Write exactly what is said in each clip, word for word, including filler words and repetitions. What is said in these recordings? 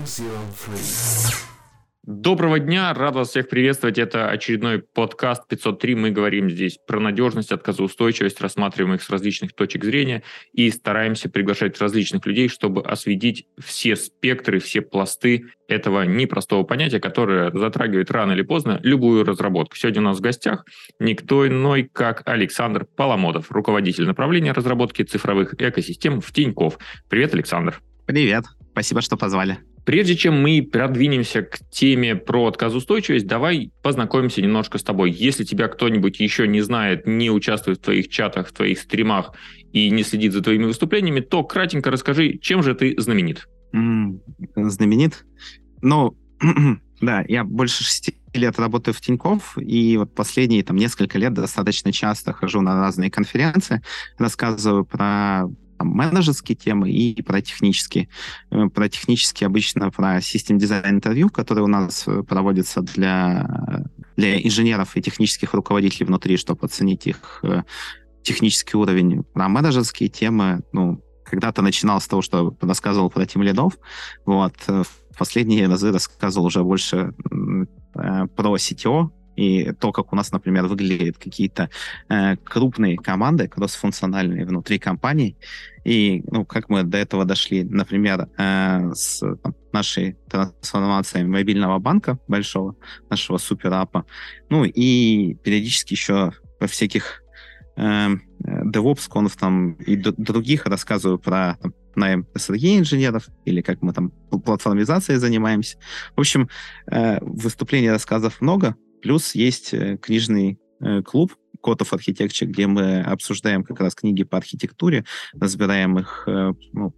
Доброго дня, рад вас всех приветствовать. Это очередной подкаст пятьсот три. Мы говорим здесь про надежность, отказоустойчивость, рассматриваем их с различных точек зрения и стараемся приглашать различных людей, чтобы осветить все спектры, все пласты этого непростого понятия, которое затрагивает рано или поздно любую разработку. Сегодня у нас в гостях никто иной, как Александр Паламодов, руководитель направления разработки цифровых экосистем в Тинькофф. Привет, Александр. Привет, спасибо, что позвали. Прежде чем мы продвинемся к теме про отказоустойчивость, давай познакомимся немножко с тобой. Если тебя кто-нибудь еще не знает, не участвует в твоих чатах, в твоих стримах и не следит за твоими выступлениями, то кратенько расскажи, чем же ты знаменит? М, Знаменит? Ну, да, я больше шести лет работаю в Тинькофф, и вот последние там несколько лет достаточно часто хожу на разные конференции, рассказываю про там, менеджерские темы и про технические. Э, Про технические обычно про систем дизайн интервью, которые у нас э, проводятся для, для инженеров и технических руководителей внутри, чтобы оценить их э, технический уровень. Про менеджерские темы, ну, когда-то начинал с того, что рассказывал про тимлидов, вот, э, в последние разы рассказывал уже больше м, э, про си ти о, и то, как у нас, например, выглядят какие-то э, крупные команды, кроссфункциональные внутри компаний, и ну, как мы до этого дошли, например, э, с там, нашей трансформацией мобильного банка большого, нашего суперапа, ну и периодически еще во всяких э, DevOps, там и д- других рассказываю про там, найм эс эр и-инженеров, или как мы там платформизацией занимаемся. В общем, э, выступлений, рассказов много. Плюс есть э, книжный э, клуб Code of Architecture, где мы обсуждаем как раз книги по архитектуре, разбираем их э, ну,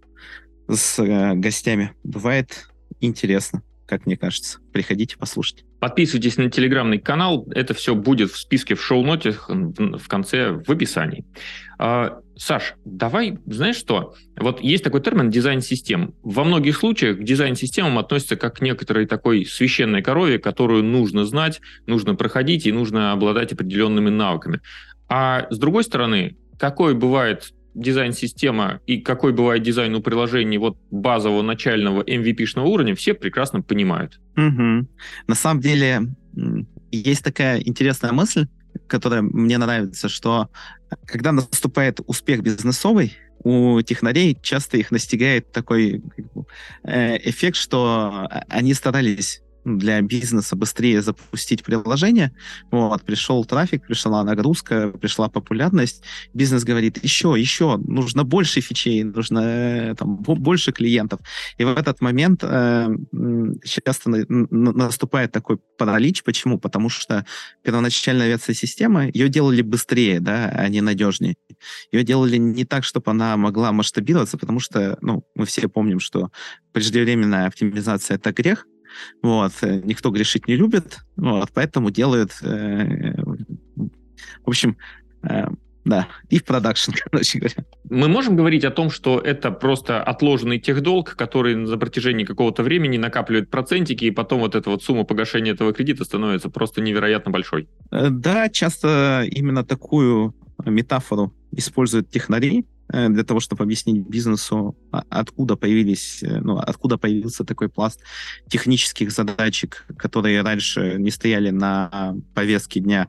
с э, гостями. Бывает интересно, как мне кажется. Приходите послушать. Подписывайтесь на телеграм-ный канал, это все будет в списке в шоу-ноте в конце в описании. А, Саш, давай, знаешь что, вот есть такой термин дизайн-систем. Во многих случаях к дизайн-системам относятся как к некоторой такой священной корове, которую нужно знать, нужно проходить и нужно обладать определенными навыками. А с другой стороны, какой бывает дизайн-система и какой бывает дизайн у приложений вот базового начального эм ви пи-шного уровня, все прекрасно понимают. Мгм. На самом деле, м, есть такая интересная мысль, которая мне нравится, что когда наступает успех бизнесовый, у технарей часто их настигает такой как бы, э, эффект, что они старались для бизнеса быстрее запустить приложение. Вот, пришел трафик, пришла нагрузка, пришла популярность. Бизнес говорит, еще, еще, нужно больше фичей, нужно э, там, бо- больше клиентов. И в этот момент э, м, часто на- на- наступает такой паралич. Почему? Потому что первоначальная версия системы, ее делали быстрее, да, а не надежнее. Ее делали не так, чтобы она могла масштабироваться, потому что, ну, мы все помним, что преждевременная оптимизация — это грех. Вот, э, никто грешить не любит, вот, поэтому делают, э, в общем, э, да, и в продакшн, короче говоря. Мы можем говорить о том, что это просто отложенный техдолг, который за протяжении какого-то времени накапливает процентики, и потом вот эта вот сумма погашения этого кредита становится просто невероятно большой. Э, Да, часто именно такую метафору используют технари э, для того, чтобы объяснить бизнесу, а- откуда появились, э, ну, откуда появился такой пласт технических задачек, которые раньше не стояли на повестке дня.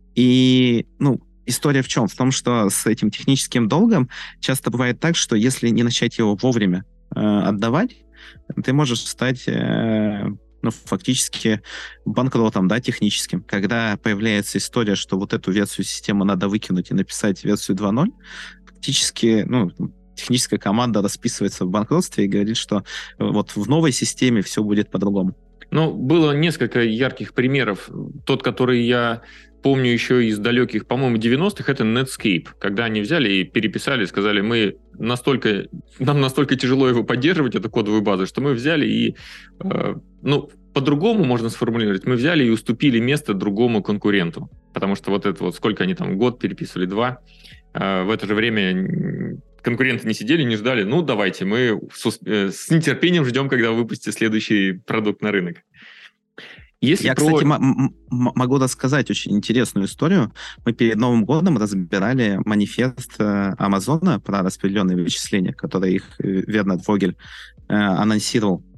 И, ну, история в чем? В том, что с этим техническим долгом часто бывает так, что если не начать его вовремя э, отдавать, ты можешь стать э, ну, фактически банкротом, да, техническим. Когда появляется история, что вот эту версию системы надо выкинуть и написать версию два ноль, фактически, ну, техническая команда расписывается в банкротстве и говорит, что вот в новой системе все будет по-другому. Ну, было несколько ярких примеров. Тот, который я помню еще из далеких, по-моему, девяностых, это Netscape. Когда они взяли и переписали, сказали, мы настолько, нам настолько тяжело его поддерживать, эту кодовую базу, что мы взяли и, э, ну, по-другому можно сформулировать, мы взяли и уступили место другому конкуренту. Потому что вот это вот, сколько они там, год переписывали, два, э, в это же время конкуренты не сидели, не ждали, ну, давайте, мы с, э, с нетерпением ждем, когда вы выпустите следующий продукт на рынок. Если Я, про... кстати, м- м- могу рассказать очень интересную историю. Мы перед Новым годом разбирали манифест э, Амазона про распределенные вычисления, который их э, Вернер Фогель э, анонсировал.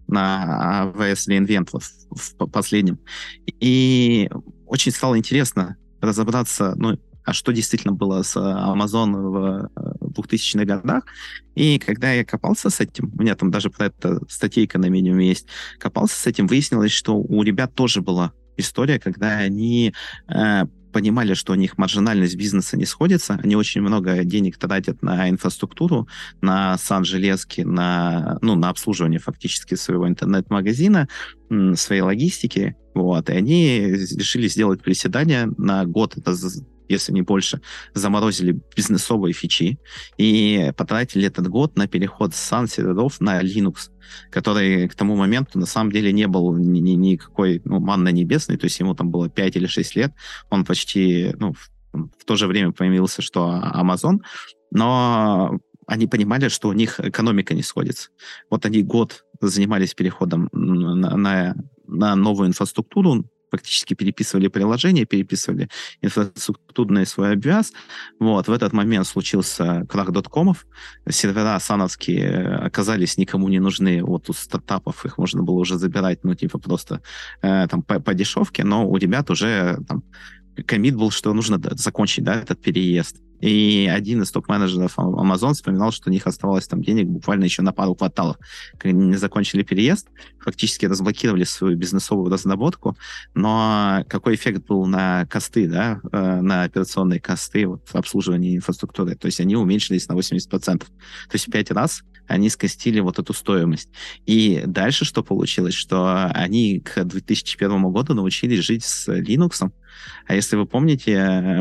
на эй дабл ю эс re:Invent вот в, в последнем. И очень стало интересно разобраться, ну, а что действительно было с Amazon в двухтысячных годах. И когда я копался с этим, у меня там даже про это статейка на Medium есть, копался с этим, выяснилось, что у ребят тоже была история, когда они э, понимали, что у них маржинальность бизнеса не сходится, они очень много денег тратят на инфраструктуру, на сан железки, на, ну, на обслуживание фактически своего интернет-магазина, своей логистики, вот, и они решили сделать приседание на год, это если не больше, заморозили бизнесовые фичи и потратили этот год на переход с сан-серверов на Linux, который к тому моменту на самом деле не был ни, ни, никакой ну, манной небесной, то есть ему там было пять или шесть лет, он почти ну, в, в то же время появился, что Amazon, но они понимали, что у них экономика не сходится. Вот они год занимались переходом на, на, на новую инфраструктуру, фактически переписывали приложение, переписывали инфраструктурный свой обвяз. Вот. В этот момент случился крах доткомов. Сервера сановские оказались никому не нужны. Вот у стартапов их можно было уже забирать, ну, типа просто э, там по, по дешевке, но у ребят уже там коммит был, что нужно закончить, да, этот переезд. И один из топ-менеджеров Amazon вспоминал, что у них оставалось там денег буквально еще на пару кварталов. Когда они не закончили переезд, фактически разблокировали свою бизнесовую разработку, но какой эффект был на косты, да, на операционные косты вот, в обслуживании инфраструктуры? То есть они уменьшились на восемьдесят процентов. То есть в пять раз они скостили вот эту стоимость. И дальше что получилось? Что они к две тысячи первому году научились жить с Linux. А если вы помните,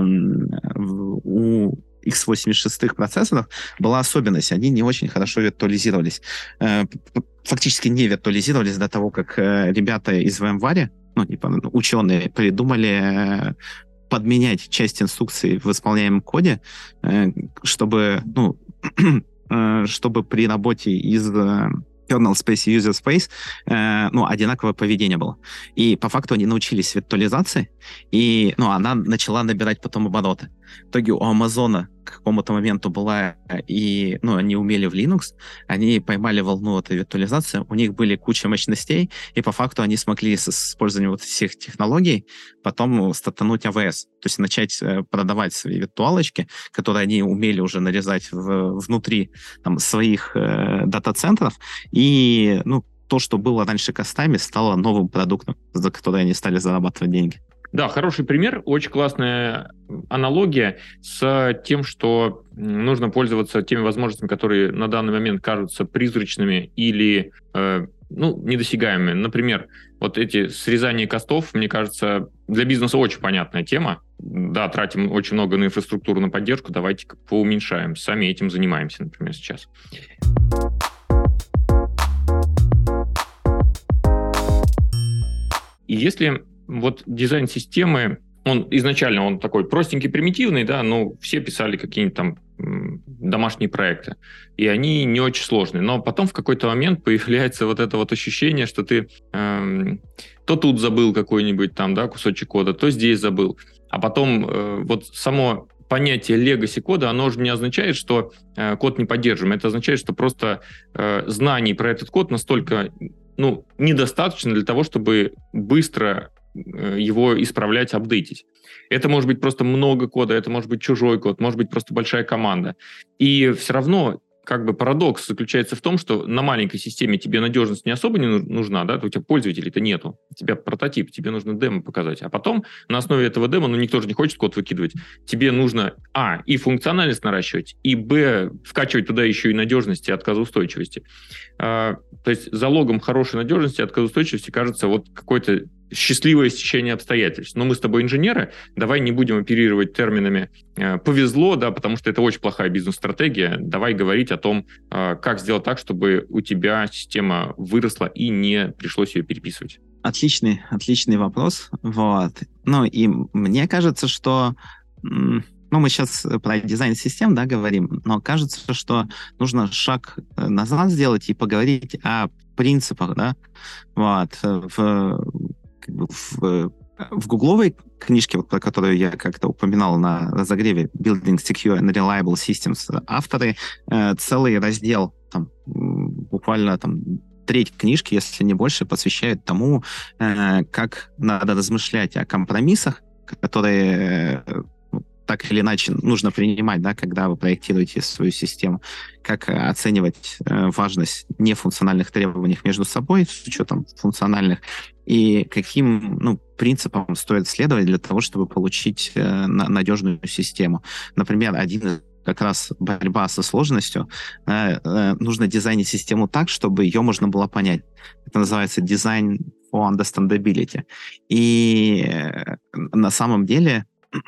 у икс восемьдесят шесть процессоров была особенность. Они не очень хорошо виртуализировались. Фактически не виртуализировались до того, как ребята из VMware, ну, типа, ученые, придумали подменять часть инструкций в исполняемом коде, чтобы, ну, чтобы при работе из kernel space и user space, э, ну, одинаковое поведение было. И по факту они научились виртуализации, и, ну, она начала набирать потом обороты. В итоге у Амазона к какому-то моменту была, и, ну, они умели в Linux, они поймали волну этой виртуализации, у них были куча мощностей, и по факту они смогли с использованием вот всех технологий потом стартануть эй дабл ю эс, то есть начать продавать свои виртуалочки, которые они умели уже нарезать в, внутри там, своих э, дата-центров, и, ну, то, что было раньше костами, стало новым продуктом, за который они стали зарабатывать деньги. Да, хороший пример, очень классная аналогия с тем, что нужно пользоваться теми возможностями, которые на данный момент кажутся призрачными или э, ну, недосягаемыми. Например, вот эти срезания костов, мне кажется, для бизнеса очень понятная тема. Да, тратим очень много на инфраструктуру, на поддержку, давайте-ка поуменьшаем. Сами этим занимаемся, например, сейчас. И если вот дизайн системы, он изначально он такой простенький, примитивный, да, но все писали какие-нибудь там м, домашние проекты, и они не очень сложные. Но потом в какой-то момент появляется вот это вот ощущение, что ты эм, то тут забыл какой-нибудь там, да, кусочек кода, то здесь забыл. А потом э, вот само понятие legacy кода, оно же не означает, что э, код не поддерживаем. Это означает, что просто э, знаний про этот код настолько, ну, недостаточно для того, чтобы быстро его исправлять, апдейтить. Это может быть просто много кода, это может быть чужой код, может быть просто большая команда. И все равно как бы парадокс заключается в том, что на маленькой системе тебе надежность не особо не нужна, да, у тебя пользователей-то нету, у тебя прототип, тебе нужно демо показать, а потом на основе этого демо, ну, никто же не хочет код выкидывать, тебе нужно, а, и функциональность наращивать, и, б, вкачивать туда еще и надежность и отказоустойчивости. А, то есть залогом хорошей надежности и отказоустойчивости кажется вот какой-то счастливое стечение обстоятельств. Но мы с тобой инженеры, давай не будем оперировать терминами э, «повезло», да, потому что это очень плохая бизнес-стратегия. Давай говорить о том, э, как сделать так, чтобы у тебя система выросла и не пришлось ее переписывать. Отличный, отличный вопрос. Вот. Ну, и мне кажется, что... Ну, мы сейчас про дизайн систем, да, говорим, но кажется, что нужно шаг назад сделать и поговорить о принципах, да, вот, в... В, в гугловой книжке, вот, про которую я как-то упоминал на разогреве Building Secure and Reliable Systems, авторы э, целый раздел, там, буквально там, треть книжки, если не больше, посвящает тому, э, как надо размышлять о компромиссах, которые э, так или иначе нужно принимать, да, когда вы проектируете свою систему, как оценивать э, важность нефункциональных требований между собой с учетом функциональных, и каким, ну, принципам стоит следовать для того, чтобы получить э, надежную систему. Например, один из как раз борьба со сложностью, э, э, нужно дизайнить систему так, чтобы ее можно было понять. Это называется design for understandability. И э, на самом деле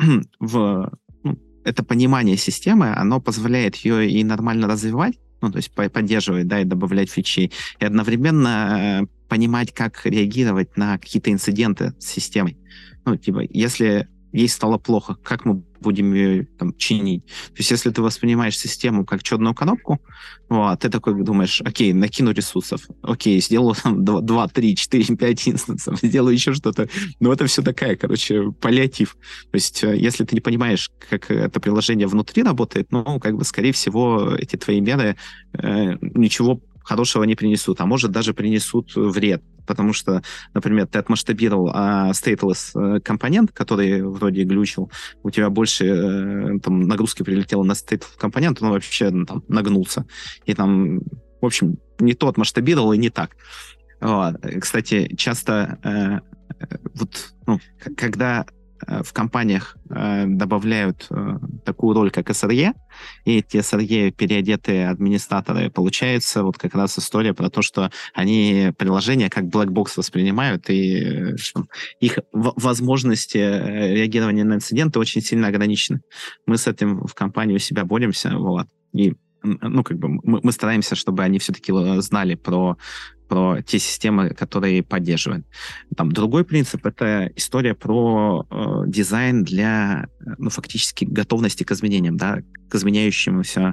в, ну, это понимание системы, оно позволяет ее и нормально развивать, ну, то есть поддерживать, да, и добавлять фичи, и одновременно э, понимать, как реагировать на какие-то инциденты с системой. Ну, типа, если ей стало плохо, как мы будем ее там чинить? То есть если ты воспринимаешь систему как черную коробку, вот, ты такой думаешь, окей, накину ресурсов, окей, сделаю там два, три, четыре, пять инстансов, сделаю еще что-то. Но это все такая, короче, паллиатив. То есть если ты не понимаешь, как это приложение внутри работает, ну, как бы, скорее всего, эти твои меры э, ничего хорошего не принесут, а может даже принесут вред. Потому что, например, ты отмасштабировал а, stateless компонент, который вроде глючил, у тебя больше э, там, нагрузки прилетело на stateless компонент, он вообще ну, там, нагнулся. И там, в общем, не то отмасштабировал и не так. Вот. Кстати, часто э, вот, ну, когда в компаниях э, добавляют э, такую роль, как эс эр и, и эти эс эр и переодетые администраторы, получается вот как раз история про то, что они приложения как black box воспринимают, и э, их в- возможности реагирования на инциденты очень сильно ограничены. Мы с этим в компании у себя боремся, вот, и ну, как бы мы, мы стараемся, чтобы они все-таки знали про про те системы, которые поддерживают. Там другой принцип — это история про э, дизайн для, ну, фактически готовности к изменениям, да, к изменяющемуся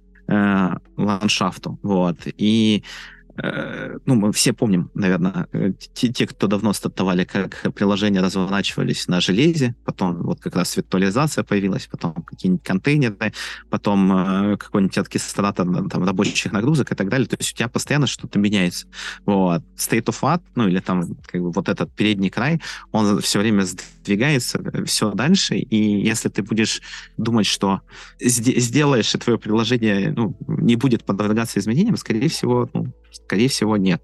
э, ландшафту. Вот. И э, ну, мы все помним, наверное, те, те, кто давно стартовали, как приложения разворачивались на железе, потом вот как раз виртуализация появилась, потом какие-нибудь контейнеры, потом э, какой-нибудь оркестратор там, рабочих нагрузок и так далее. То есть у тебя постоянно что-то меняется. Вот. State of art, ну или там как бы вот этот передний край, он все время сдвигается все дальше, и если ты будешь думать, что сделаешь, и твое приложение, ну, не будет подвергаться изменениям, скорее всего, ну, скорее всего, нет.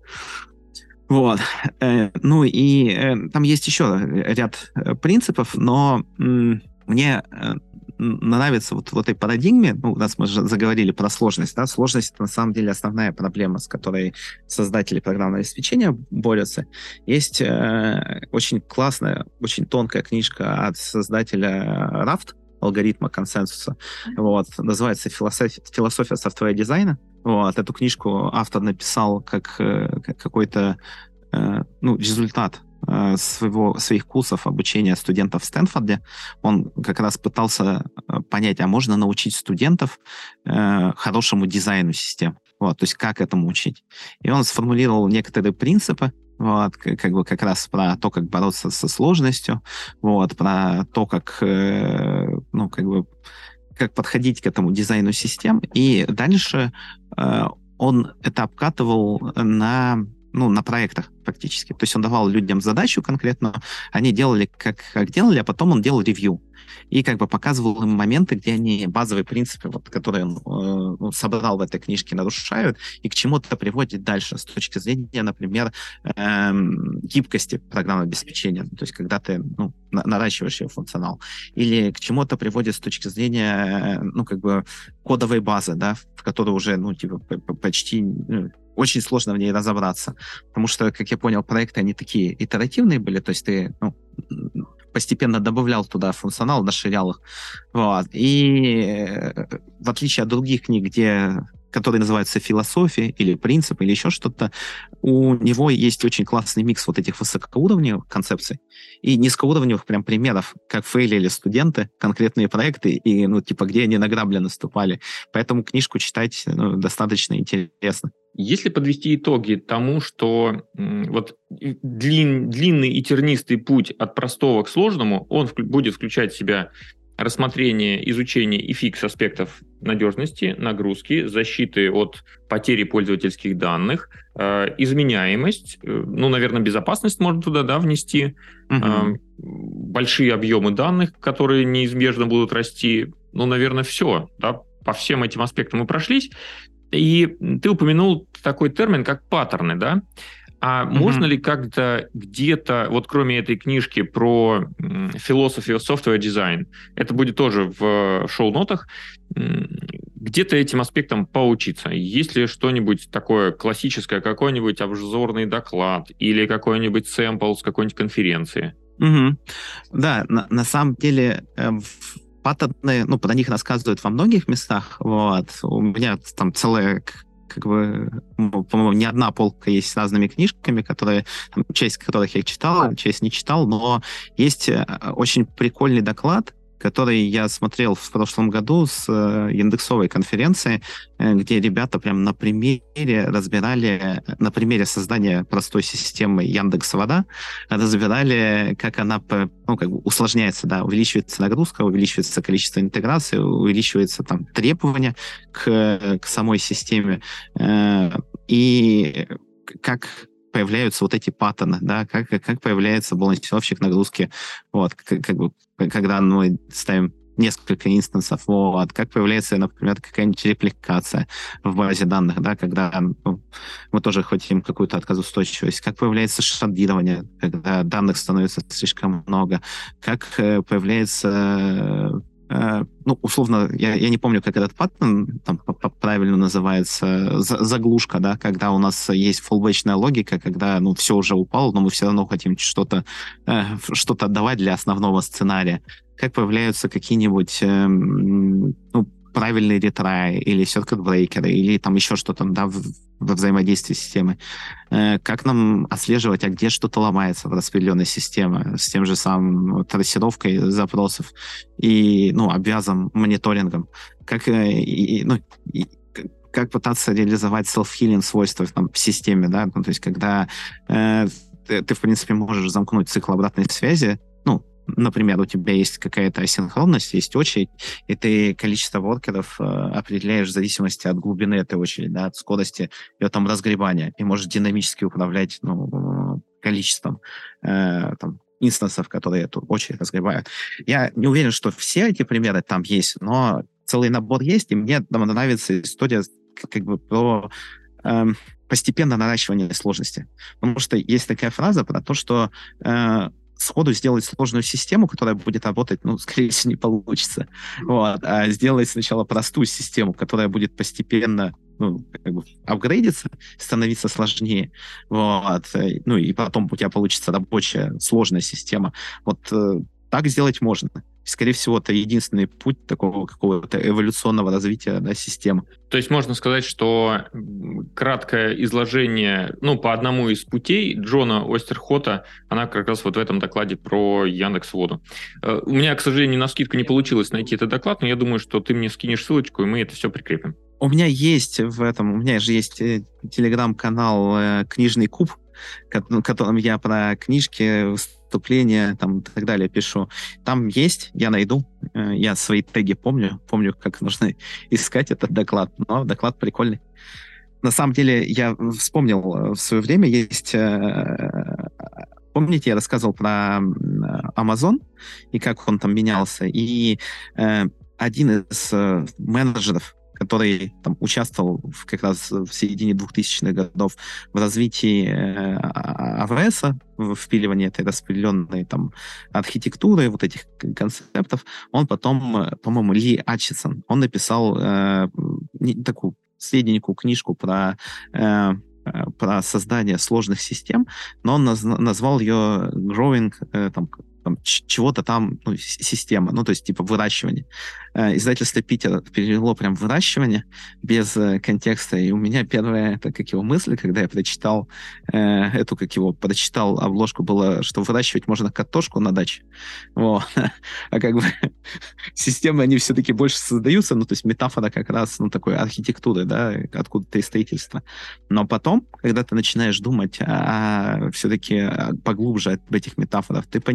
Вот. Э, ну и э, там есть еще ряд принципов, но м, мне э, нравится вот в этой парадигме, ну, раз мы же заговорили про сложность, да, сложность — это на самом деле основная проблема, с которой создатели программного обеспечения борются. Есть э, очень классная, очень тонкая книжка от создателя Raft, алгоритма консенсуса, вот, называется «Философия, философия софтвера дизайна». Вот, эту книжку автор написал как, как какой-то э, ну, результат э, своего, своих курсов обучения студентов в Стэнфорде. Он как раз пытался понять, а можно научить студентов э, хорошему дизайну систем. Вот, то есть как этому учить. И он сформулировал некоторые принципы, вот, как бы как раз про то, как бороться со сложностью, вот, про то, как, э, ну, как бы, как подходить к этому дизайну систем. И дальше э, он это обкатывал на, ну, на проектах практически. То есть он давал людям задачу конкретно, они делали, как, как делали, а потом он делал ревью. И как бы показывал им моменты, где они базовые принципы, вот, которые он э, собрал в этой книжке, нарушают, и к чему это приводит дальше с точки зрения, например, э, гибкости программного обеспечения, то есть когда ты, ну, на- наращиваешь ее функционал, или к чему это приводит с точки зрения, ну, как бы кодовой базы, да, в которой уже, ну, типа, почти... Ну, очень сложно в ней разобраться, потому что, как я понял, проекты, они такие итеративные были, то есть ты, ну, постепенно добавлял туда функционал, расширял их. Вот. И в отличие от других книг, где, которые называются «Философия» или «Принцип» или еще что-то, у него есть очень классный микс вот этих высокоуровневых концепций и низкоуровневых прям примеров, как фейлили студенты, конкретные проекты и, ну, типа, где они на грабли наступали. Поэтому книжку читать, ну, достаточно интересно. Если подвести итоги тому, что м, вот длин, длинный и тернистый путь от простого к сложному, он вклю- будет включать в себя рассмотрение, изучение и фикс аспектов надежности, нагрузки, защиты от потери пользовательских данных, э, изменяемость, э, ну, наверное, безопасность можно туда, да, внести, Мгм. э, большие объемы данных, которые неизбежно будут расти. Ну, наверное, все, да, по всем этим аспектам мы прошлись. И ты упомянул такой термин, как паттерны, да? А можно Мгм. ли как-то где-то, вот кроме этой книжки про м, philosophy of software design, это будет тоже в шоу-нотах, м, где-то этим аспектом поучиться? Есть ли что-нибудь такое классическое, какой-нибудь обзорный доклад или какой-нибудь сэмпл с какой-нибудь конференции? Мгм. Да, на, на самом деле э, в- паттерны, ну, про них рассказывают во многих местах. Вот. У меня там целая, к- как бы, ну, по-моему, не одна полка есть с разными книжками, которые, там, часть которых я читал, часть не читал, но есть э, очень прикольный доклад, который я смотрел в прошлом году с э, индексовой конференции, э, где ребята прям на примере разбирали, на примере создания простой системы Яндекс.Вода, разбирали, как она по- ну, как бы усложняется, да, увеличивается нагрузка, увеличивается количество интеграций, увеличивается там требования к, к самой системе, э, и как появляются вот эти паттерны, да, как, как появляется балансировщик нагрузки, вот, как, как бы, когда мы ставим несколько инстансов, вот, как появляется, например, какая-нибудь репликация в базе данных, да, когда ну, мы тоже хотим какую-то отказоустойчивость, как появляется шардирование, когда данных становится слишком много, как э, появляется э, ну, условно, я, я не помню, как этот паттерн там по- по- правильно называется, за- заглушка, да, когда у нас есть фоллбэчная логика, когда, ну, все уже упало, но мы все равно хотим что-то э, что-то отдавать для основного сценария. Как появляются какие-нибудь эм, ну, правильные ретраи или circuit-брейкеры, или там еще что-то, да, в- во взаимодействии с системой. Э, Как нам отслеживать, а где что-то ломается в распределенной системе с тем же самым ну, трассировкой запросов и, ну, обвязом мониторингом. Как, э, и, и, ну, и к- как пытаться реализовать self-healing свойства там, в системе, да, ну, то есть когда э, ты, ты, в принципе, можешь замкнуть цикл обратной связи, ну, например, у тебя есть какая-то асинхронность, есть очередь, и ты количество воркеров э, определяешь в зависимости от глубины этой очереди, да, от скорости ее там разгребания, и можешь динамически управлять ну, количеством э, там, инстансов, которые эту очередь разгребают. Я не уверен, что все эти примеры там есть, но целый набор есть, и мне там нравится история как бы про эм, постепенное наращивание сложности. Потому что есть такая фраза про то, что э, сходу сделать сложную систему, которая будет работать, ну, скорее всего, не получится. Вот. А сделать сначала простую систему, которая будет постепенно ну, как бы апгрейдиться, становиться сложнее. Вот. Э, Ну, и потом у тебя получится рабочая сложная система. Вот э, так сделать можно. Скорее всего, это единственный путь такого какого-то эволюционного развития да, системы. То есть можно сказать, что м, краткое изложение, ну, по одному из путей Джона Остерхота, она как раз вот в этом докладе про Яндекс.Воду. Э, У меня, к сожалению, навскидку не получилось найти этот доклад, но я думаю, что ты мне скинешь ссылочку, и мы это все прикрепим. У меня есть в этом, у меня же есть э, телеграм-канал э, «Книжный куб», ко- ну, в котором я про книжки, выступления там, и так далее пишу. Там есть, я найду, э, я свои теги помню, помню, как нужно искать этот доклад, но доклад прикольный. На самом деле, я вспомнил, э, в свое время есть... э, Помните, я рассказывал про м, Amazon и как он там менялся? И э, один из э, менеджеров, который там участвовал в, как раз в середине двухтысячных годов в развитии э, а вэ эс, в впиливании этой распределенной там архитектуры, вот этих к- концептов, он потом, э, по-моему, Ли Атчисон, он написал э, не- такую средненькую книжку про э, э, про создание сложных систем, но он наз- назвал ее growing э, там, там, ч- чего-то там, ну, с- система, ну, то есть типа выращивание. Э, издательство Питер перевело прям выращивание без э, контекста, и у меня первая, это как его мысль, когда я прочитал э, эту, как его, прочитал обложку, было, что выращивать можно картошку на даче. Вот. А как бы системы, они все-таки больше создаются, ну, то есть метафора как раз, ну, такой архитектуры, да, откуда-то из строительства. Но потом, когда ты начинаешь думать а, все-таки поглубже об этих метафорах, ты понимаешь,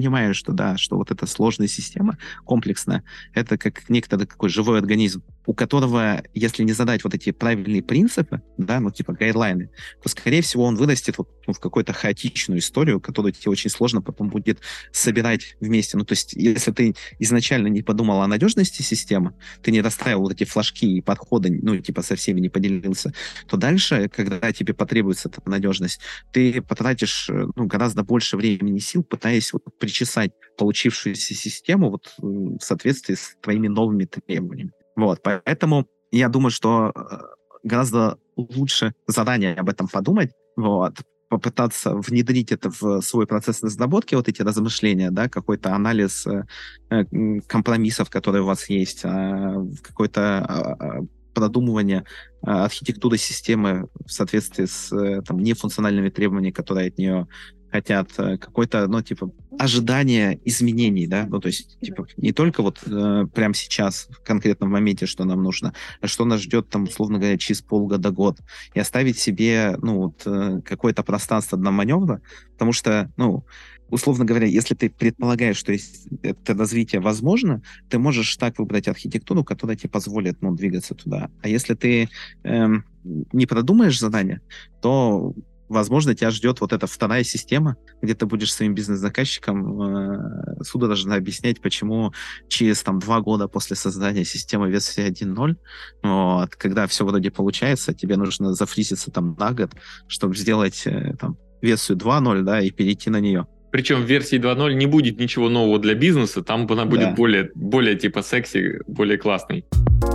что да, что вот эта сложная система, комплексная, это как некоторый такой живой организм, у которого, если не задать вот эти правильные принципы, да, ну, типа гайдлайны, то, скорее всего, он вырастет вот, ну, в какую-то хаотичную историю, которую тебе очень сложно потом будет собирать вместе. Ну, то есть, если ты изначально не подумал о надежности системы, ты не расставил вот эти флажки и подходы, ну, типа, со всеми не поделился, то дальше, когда тебе потребуется эта надежность, ты потратишь, ну, гораздо больше времени и сил, пытаясь вот причесать получившуюся систему вот в соответствии с твоими новыми требованиями. Вот, поэтому я думаю, что гораздо лучше заранее об этом подумать, вот, попытаться внедрить это в свой процесс разработки, вот эти размышления, да, какой-то анализ э, компромиссов, которые у вас есть, э, какой-то э, продумывание э, архитектуры системы в соответствии с э, там, нефункциональными требованиями, которые от нее хотят, э, какое-то, ну, типа, ожидание изменений, да, ну, то есть, типа, не только вот э, прямо сейчас, в конкретном моменте, что нам нужно, а что нас ждет, там, условно говоря, через полгода-год, и оставить себе, ну, вот, э, какое-то пространство для маневра, потому что, ну, условно говоря, если ты предполагаешь, что есть это развитие возможно, ты можешь так выбрать архитектуру, которая тебе позволит, ну, двигаться туда. А если ты эм, не продумаешь задание, то возможно, тебя ждет вот эта вторая система, где ты будешь своим бизнес-заказчикам э, судорожно объяснять, почему через там, два года после создания системы версии один ноль, вот, когда все вроде получается, тебе нужно зафризиться там на год, чтобы сделать э, там, версию два ноль, да, и перейти на нее. Причем в версии два ноль не будет ничего нового для бизнеса, там она будет да. более, более типа секси, более классной.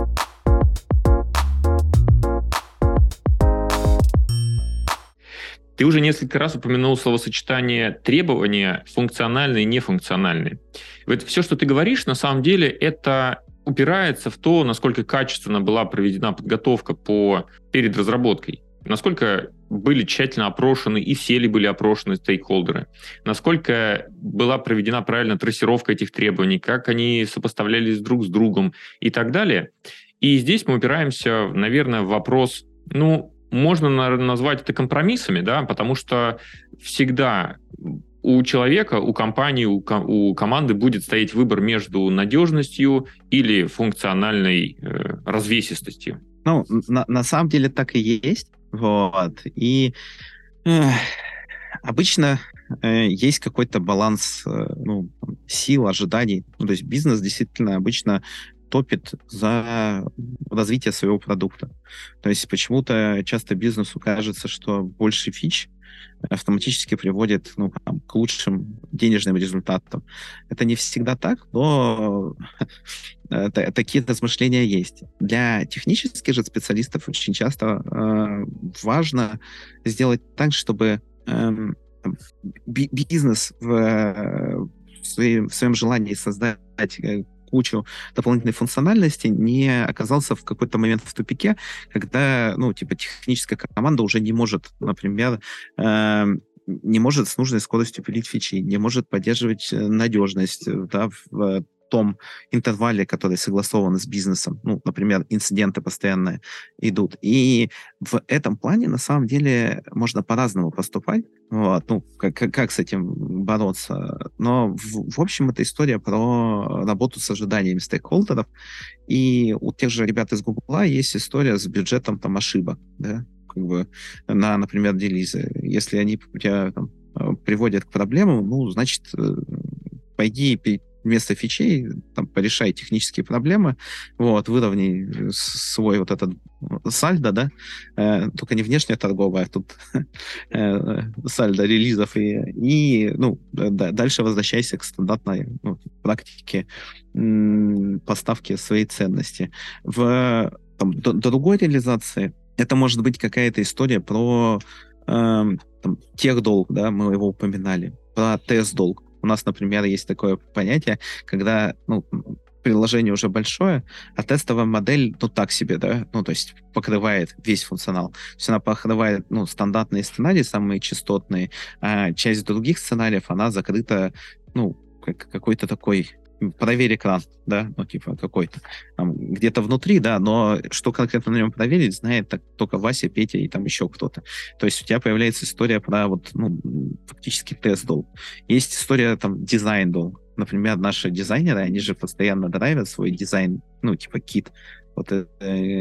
Ты уже несколько раз упомянул словосочетание требования функциональные и нефункциональные. Вот все, что ты говоришь, на самом деле, это упирается в то, насколько качественно была проведена подготовка по, перед разработкой, насколько были тщательно опрошены и все ли были опрошены стейкхолдеры, насколько была проведена правильно трассировка этих требований, как они сопоставлялись друг с другом и так далее. И здесь мы упираемся, наверное, в вопрос, ну, можно назвать это компромиссами, да, потому что всегда у человека, у компании, у, ко- у команды будет стоять выбор между надежностью или функциональной э, развесистостью. Ну, на, на самом деле так и есть, вот, и э, обычно э, есть какой-то баланс э, ну, сил, ожиданий, ну, то есть бизнес действительно обычно топит за развитие своего продукта. То есть почему-то часто бизнесу кажется, что больше фич автоматически приводит ну, там, к лучшим денежным результатам. Это не всегда так, но такие размышления есть. Для технических же специалистов очень часто э, важно сделать так, чтобы э, бизнес в, в, своем, в своем желании создать кучу дополнительной функциональности не оказался в какой-то момент в тупике, когда, ну, типа, техническая команда уже не может, например, э, не может с нужной скоростью пилить фичи, не может поддерживать надежность, да, в том интервале, который согласован с бизнесом. Ну, например, инциденты постоянно идут. И в этом плане, на самом деле, можно по-разному поступать. Вот, ну, как, как с этим бороться. Но, в, в общем, это история про работу с ожиданиями стейкхолдеров. И у тех же ребят из Гугла есть история с бюджетом там ошибок, да, как бы на, например, релизы. Если они тебя там, приводят к проблемам, ну, значит, пойди вместо фичей там, порешай технические проблемы, вот, выровняй свой вот этот сальдо, да, э, только не внешняя торговая, а тут э, сальдо релизов, и, и ну, да, дальше возвращайся к стандартной ну, практике м, поставки своей ценности. В там, д- другой реализации это может быть какая-то история про э, там, техдолг, да, мы его упоминали, про тест-долг. У нас, например, есть такое понятие, когда ну, приложение уже большое, а тестовая модель, ну, так себе, да, ну, то есть покрывает весь функционал. То есть она покрывает, ну, стандартные сценарии, самые частотные, а часть других сценариев, она закрыта, ну, как, какой-то такой проверь экран, да, ну, типа какой-то, там, где-то внутри, да, но что конкретно на нем проверить, знает так, только Вася, Петя и там еще кто-то. То есть у тебя появляется история про вот, ну, фактически тест-дол. Есть история там дизайн-дол. Например, наши дизайнеры, они же постоянно драйвят свой дизайн, ну, типа кит. Вот, э,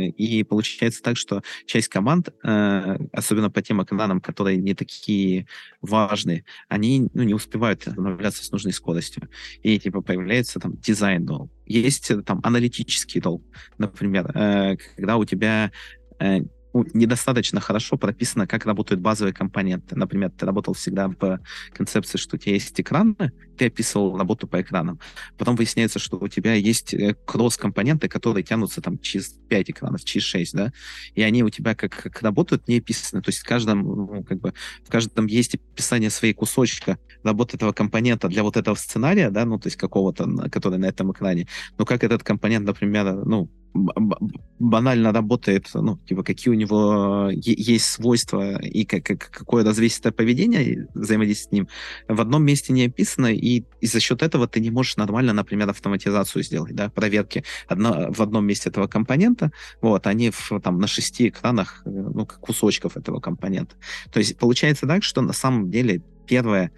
и получается так, что часть команд, э, особенно по тем экранам, которые не такие важные, они, ну, не успевают обновляться с нужной скоростью. И типа появляется там дизайн дол. Есть э, там аналитический дол, например, э, когда у тебя э, у- недостаточно хорошо прописано, как работают базовые компоненты. Например, ты работал всегда по концепции, что у тебя есть экраны, ты описывал работу по экранам. Потом выясняется, что у тебя есть э, кросс-компоненты, которые тянутся там через пять экранов, через шесть, да, и они у тебя как, как работают, не описаны. То есть в каждом, ну, как бы, в каждом есть описание своей кусочка работы этого компонента для вот этого сценария, да, ну, то есть какого-то, на- который на этом экране. Но как этот компонент, например, ну, б- б- банально работает, ну, типа, какие у него е- есть свойства и как, как- какое развесистое поведение взаимодействия с ним, в одном месте не описано, и, и за счет этого ты не можешь нормально, например, автоматизацию сделать, да, проверки одно, в одном месте этого компонента, вот, они в, там, на шести экранах, э, ну, как кусочков этого компонента. То есть получается так, что на самом деле первое,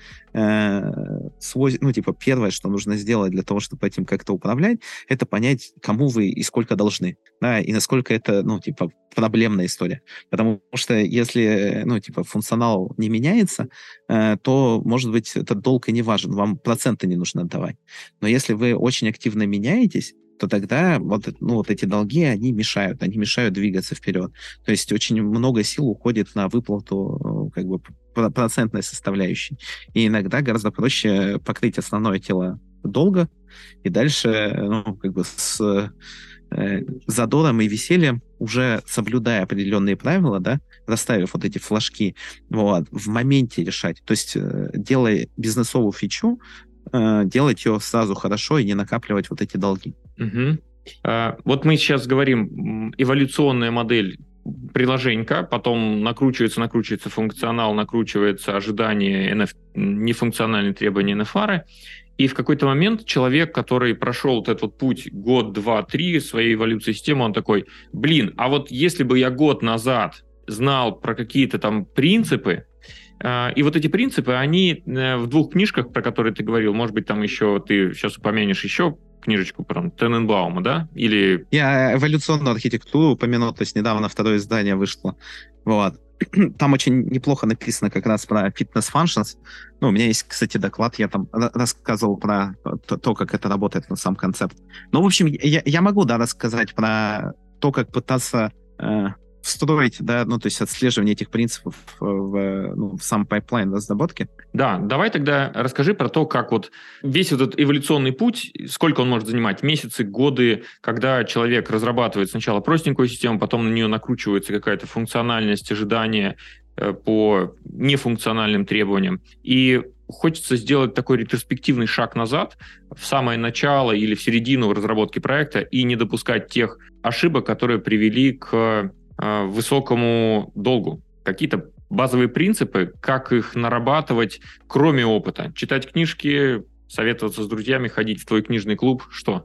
э, свой, ну, типа, первое, что нужно сделать для того, чтобы этим как-то управлять, это понять, кому вы и сколько должны, да, и насколько это, ну, типа, проблемная история. Потому что если, ну, типа, функционал не меняется, э, то, может быть, этот долг и не важен, вам проценты не нужно отдавать. Но если вы очень активно меняетесь, то тогда вот, ну, вот эти долги, они мешают, они мешают двигаться вперед. То есть очень много сил уходит на выплату, э, как бы, про- процентной составляющей. И иногда гораздо проще покрыть основное тело долга и дальше, э, ну, как бы с э, задором и весельем, уже соблюдая определенные правила, да, расставив вот эти флажки, вот, в моменте решать. То есть, э, делая бизнесовую фичу, э, делать ее сразу хорошо и не накапливать вот эти долги. Мгм. А, Вот мы сейчас говорим, м, эволюционная модель приложенька, потом накручивается, накручивается функционал, накручивается ожидание эн эф, нефункциональные требования эн эф ар, и в какой-то момент человек, который прошел вот этот вот путь год, два, три своей эволюции системы, он такой, блин, а вот если бы я год назад знал про какие-то там принципы, а, и вот эти принципы, они э, в двух книжках, про которые ты говорил, может быть, там еще ты сейчас упомянешь еще книжечку про Тененбаума, да? Или... Я эволюционную архитектуру упомянул, то есть недавно второе издание вышло. Вот. Там очень неплохо написано как раз про fitness functions. Ну, у меня есть, кстати, доклад, я там ра- рассказывал про то, то, как это работает, на сам концепт. Ну, в общем, я, я могу, да, рассказать про то, как пытаться э, встроить, да, ну, то есть отслеживание этих принципов в, ну, в сам пайплайн разработки. Да, давай тогда расскажи про то, как вот весь вот этот эволюционный путь, сколько он может занимать, месяцы, годы, когда человек разрабатывает сначала простенькую систему, потом на нее накручивается какая-то функциональность, ожидания э, по нефункциональным требованиям. И хочется сделать такой ретроспективный шаг назад в самое начало или в середину разработки проекта и не допускать тех ошибок, которые привели к э, высокому долгу. Какие-то базовые принципы, как их нарабатывать, кроме опыта. Читать книжки, советоваться с друзьями, ходить в твой книжный клуб, что?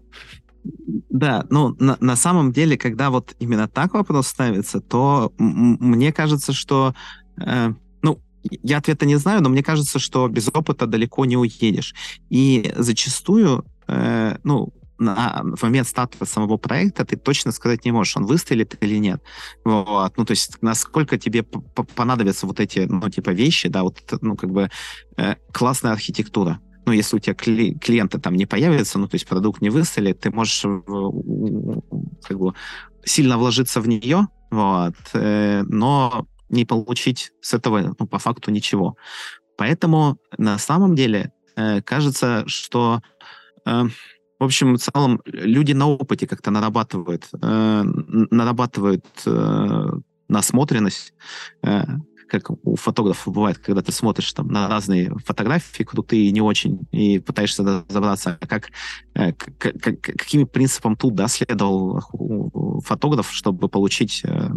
Да, ну, на, на самом деле, когда вот именно так вопрос ставится, то м- м- мне кажется, что... э, ну, я ответа не знаю, но мне кажется, что без опыта далеко не уедешь. И зачастую, э, ну, на, в момент старта самого проекта ты точно сказать не можешь, он выстрелит или нет. Вот. Ну, то есть, насколько тебе п- п- понадобятся вот эти, ну, типа, вещи, да, вот, это, ну, как бы, э, классная архитектура. Ну, если у тебя кли- клиенты там не появятся, ну, то есть продукт не выстрелит, ты можешь в- как бы сильно вложиться в нее, вот, э, но не получить с этого, ну, по факту ничего. Поэтому на самом деле э, кажется, что, э, в общем, в целом люди на опыте как-то нарабатывают, э, н- нарабатывают э, насмотренность, э, как у фотографов бывает, когда ты смотришь там на разные фотографии, крутые и не очень, и пытаешься разобраться, как, э, к- к- к- какими принципам тут, да, следовал ху- фотограф, чтобы получить, э, ну, п-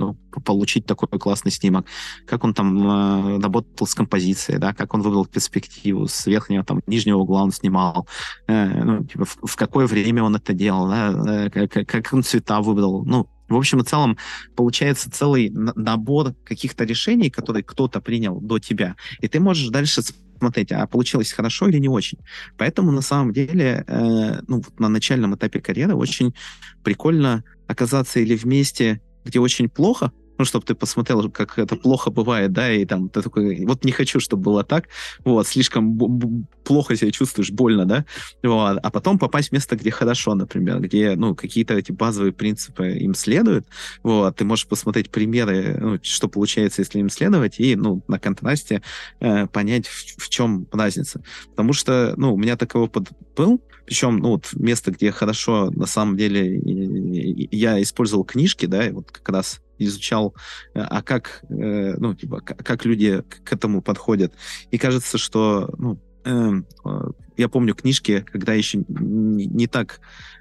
получить такой классный снимок, как он там э, работал с композицией, да, как он выбрал перспективу, с верхнего, там, нижнего угла он снимал, э, ну, типа, в, в какое время он это делал, да, э, как, как он цвета выбрал, ну, в общем и целом, получается целый набор каких-то решений, которые кто-то принял до тебя, и ты можешь дальше смотреть, а получилось хорошо или не очень. Поэтому, на самом деле, э, ну, на начальном этапе карьеры очень прикольно оказаться или в месте, где очень плохо, ну, чтобы ты посмотрел, как это плохо бывает, да, и там ты такой, вот не хочу, чтобы было так, вот, слишком б- б- плохо себя чувствуешь, больно, да, вот, а потом попасть в место, где хорошо, например, где, ну, какие-то эти базовые принципы им следуют, вот, ты можешь посмотреть примеры, ну, что получается, если им следовать, и, ну, на контрасте э, понять, в, в чем разница. Потому что, ну, у меня такой опыт был, причем, ну, вот место, где хорошо, на самом деле, и- и- я использовал книжки, да, и вот как раз изучал, а как, э, ну, типа, к- как люди к к этому подходят. И кажется, что, ну, эм, э, я помню книжки, когда еще не, не так,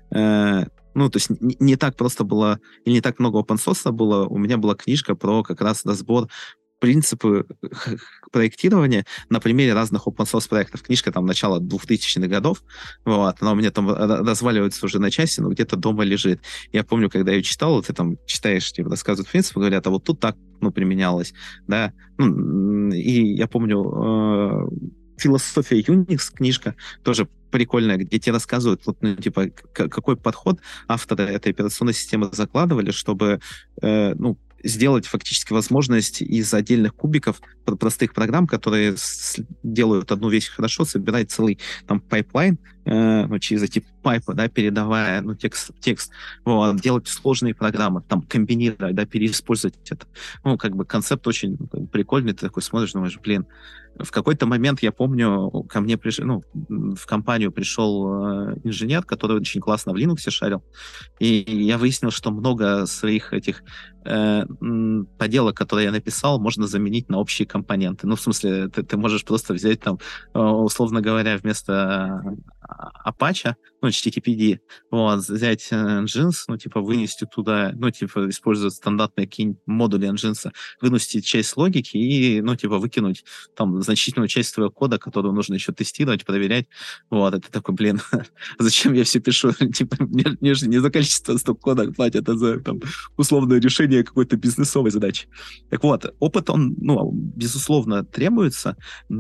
э, ну, то есть не, не так просто было, или не так много open source было, у меня была книжка про как раз разбор принципы х- х- проектирования на примере разных open source проектов. Книжка там начала двухтысячных годов, вот, она у меня там ра- разваливается уже на части, но где-то дома лежит. Я помню, когда я ее читал, ты там читаешь, тебе рассказывают принципы, говорят, а вот тут так, ну, применялось, да. Ну, м, и я помню, э, философия Unix книжка тоже прикольная, где тебе рассказывают, вот, ну, типа, к- какой подход авторы этой операционной системы закладывали, чтобы, э, ну, сделать фактически возможность из отдельных кубиков пр- простых программ, которые с- делают одну вещь хорошо, собирать целый там пайплайн, э, ну, через эти пайпы, да, передавая, ну, текст, текст, вот, делать сложные программы, там, комбинировать, да, переиспользовать это. Ну, как бы концепт очень, ну, как бы прикольный, ты такой смотришь, думаешь, блин, в какой-то момент, я помню, ко мне пришел, ну, в компанию пришел э, инженер, который очень классно в Linux шарил, и я выяснил, что много своих этих э, м, поделок, которые я написал, можно заменить на общие компоненты. Ну, в смысле, ты, ты можешь просто взять там, э, условно говоря, вместо а, Apache, ну, эйч ти ти пи ди, вот, взять э, Nginx, ну, типа, вынести туда, ну, типа, использовать стандартные какие-нибудь модули Nginx, вынести часть логики и, ну, типа, выкинуть там значительную часть твоего кода, которую нужно еще тестировать, проверять. Вот, это такой, блин, зачем я все пишу? Типа, мне, мне же не за количество стоп-кода платят, а за там, условное решение какой-то бизнесовой задачи. Так вот, опыт, он, ну, безусловно, требуется,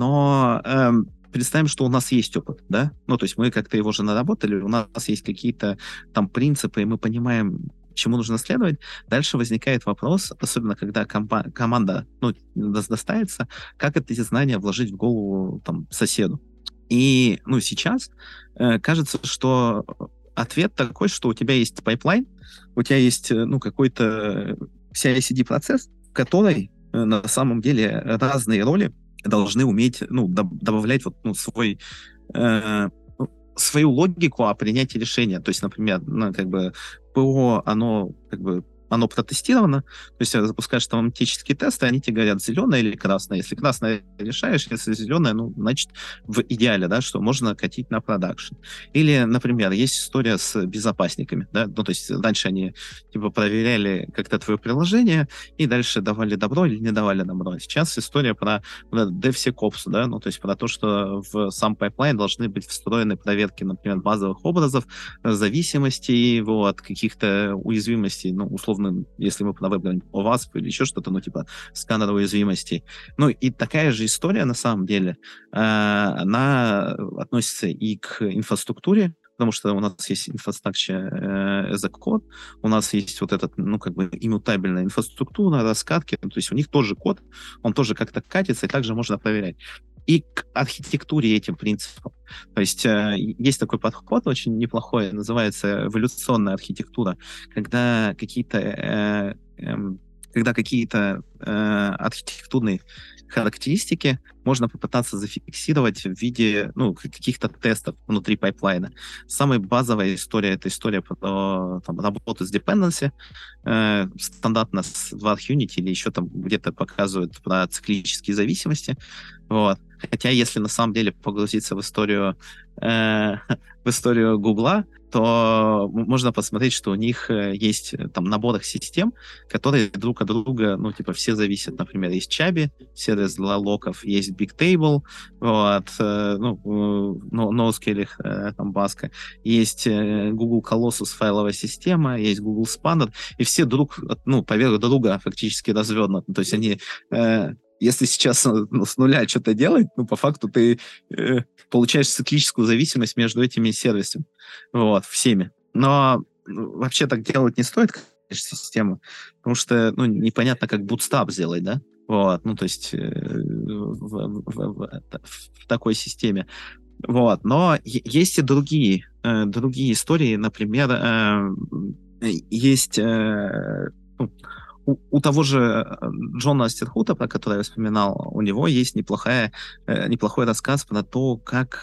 но эм, представим, что у нас есть опыт, да? Ну, то есть мы как-то его же наработали, у нас есть какие-то там принципы, и мы понимаем, чему нужно следовать. Дальше возникает вопрос, особенно когда компа- команда, ну, достается, как эти знания вложить в голову там соседу. И, ну, сейчас э, кажется, что ответ такой, что у тебя есть пайплайн, у тебя есть, э, ну, какой-то си ай си ди-процесс, в который э, на самом деле разные роли должны уметь, ну, доб- добавлять вот, ну, свой, э, ну, свою логику о принятии решения. То есть, например, ну, как бы ПО, оно как бы оно протестировано, то есть э, запускаешь автоматические тесты, они тебе говорят, зеленое или красное. Если красное решаешь, если зеленое, ну, значит, в идеале, да, что можно катить на продакшн. Или, например, есть история с безопасниками, да, ну, то есть раньше они, типа, проверяли как-то твое приложение и дальше давали добро или не давали добро. Сейчас история про, про DevSecOps, да, ну, то есть про то, что в сам пайплайн должны быть встроены проверки, например, базовых образов, зависимостей, вот, каких-то уязвимостей, ну, условно, если мы про веб о васп или еще что-то, ну, типа, сканер уязвимостей. Ну, и такая же история, на самом деле, э, она относится и к инфраструктуре, потому что у нас есть инфраструктура as a code, у нас есть вот этот, ну, как бы, иммутабельная инфраструктура, раскатки, то есть у них тоже код, он тоже как-то катится, и также можно проверять. И к архитектуре этим принципам. То есть э, есть такой подход очень неплохой, называется эволюционная архитектура, когда какие-то э, эм, когда какие-то э, архитектурные характеристики можно попытаться зафиксировать в виде, ну, каких-то тестов внутри пайплайна. Самая базовая история — это история про там, работу с dependency. Э, стандартно с, в ArchUnity или еще там где-то показывают про циклические зависимости. Вот. Хотя, если на самом деле погрузиться в историю, э, в историю Гугла, то можно посмотреть, что у них есть там набор систем, которые друг от друга, ну, типа, все зависят. Например, есть Chubby, сервис для локов, есть Bigtable, вот, э, ну, NoScale, э, там, Баска, есть э, Google Colossus файловая система, есть Google Spanner, и все друг, ну, поверх друга фактически развернуты. То есть они... Э, Если сейчас ну, с нуля что-то делать, ну, по факту ты э, получаешь циклическую зависимость между этими сервисами, вот, всеми. Но ну, вообще так делать не стоит, конечно, систему, потому что, ну, непонятно, как Bootstrap сделать, да? Вот, ну, то есть э, в, в, в, в, в такой системе. Вот, но есть и другие, э, другие истории, например, э, есть... Э, ну, У, у того же Джона Астерхута, про который я вспоминал, у него есть неплохая, э, неплохой рассказ про то, как,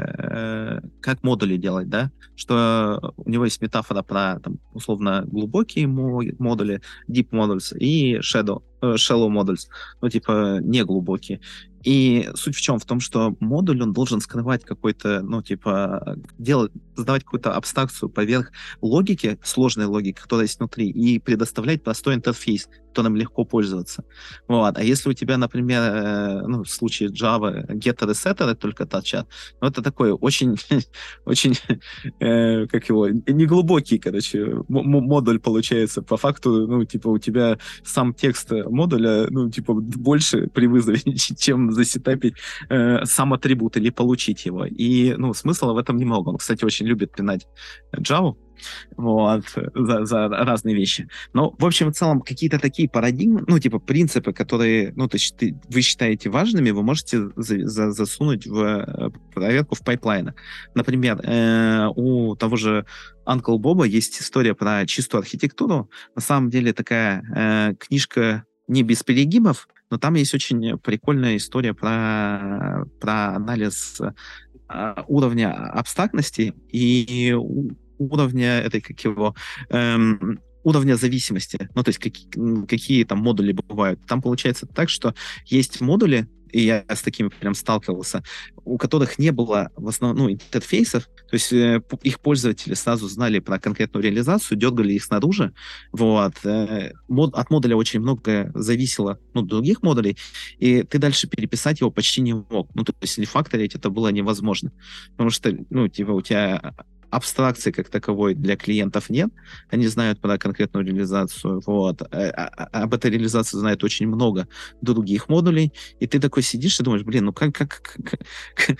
э, как модули делать, да, что у него есть метафора про, там, условно, глубокие модули, deep modules и shadow, э, shallow modules, ну, типа, неглубокие. И суть в чем? В том, что модуль, он должен скрывать какой-то, ну, типа, делать, создавать какую-то абстракцию поверх логики, сложной логики, которая есть внутри, и предоставлять простой интерфейс, которым легко пользоваться. Вот. А если у тебя, например, э, ну, в случае Java getter и setter только торчат, ну, это такой очень, очень, э, как его, неглубокий, короче, м- модуль получается. По факту, ну, типа, у тебя сам текст модуля, ну, типа, больше при вызове, чем засетапить э, сам атрибут или получить его. И, ну, смысла в этом немного. Он, кстати, очень любит пинать Java, вот, за, за разные вещи. Но, в общем, в целом, какие-то такие парадигмы, ну, типа, принципы, которые, ну, то есть ты, вы считаете важными, вы можете за, за, засунуть в проверку в пайплайнах. Например, э, у того же Uncle Боба есть история про чистую архитектуру. На самом деле такая э, книжка не без перегибов, но там есть очень прикольная история про, про анализ э, уровня абстрактности и уровня этой, как его, эм, уровня зависимости. Ну, то есть как, какие там модули бывают. Там получается так, что есть модули, и я с такими прям сталкивался, у которых не было в основном ну, интерфейсов, то есть э, их пользователи сразу знали про конкретную реализацию, дергали их снаружи, вот. Э, мод, от модуля очень много зависело ну, других модулей, и ты дальше переписать его почти не мог. Ну, то есть рефакторить это было невозможно, потому что, ну, типа, у тебя абстракции как таковой для клиентов нет, они знают про конкретную реализацию, вот. А, а, об этой реализации знает очень много других модулей, и ты такой сидишь и думаешь, блин, ну как, как, как, как,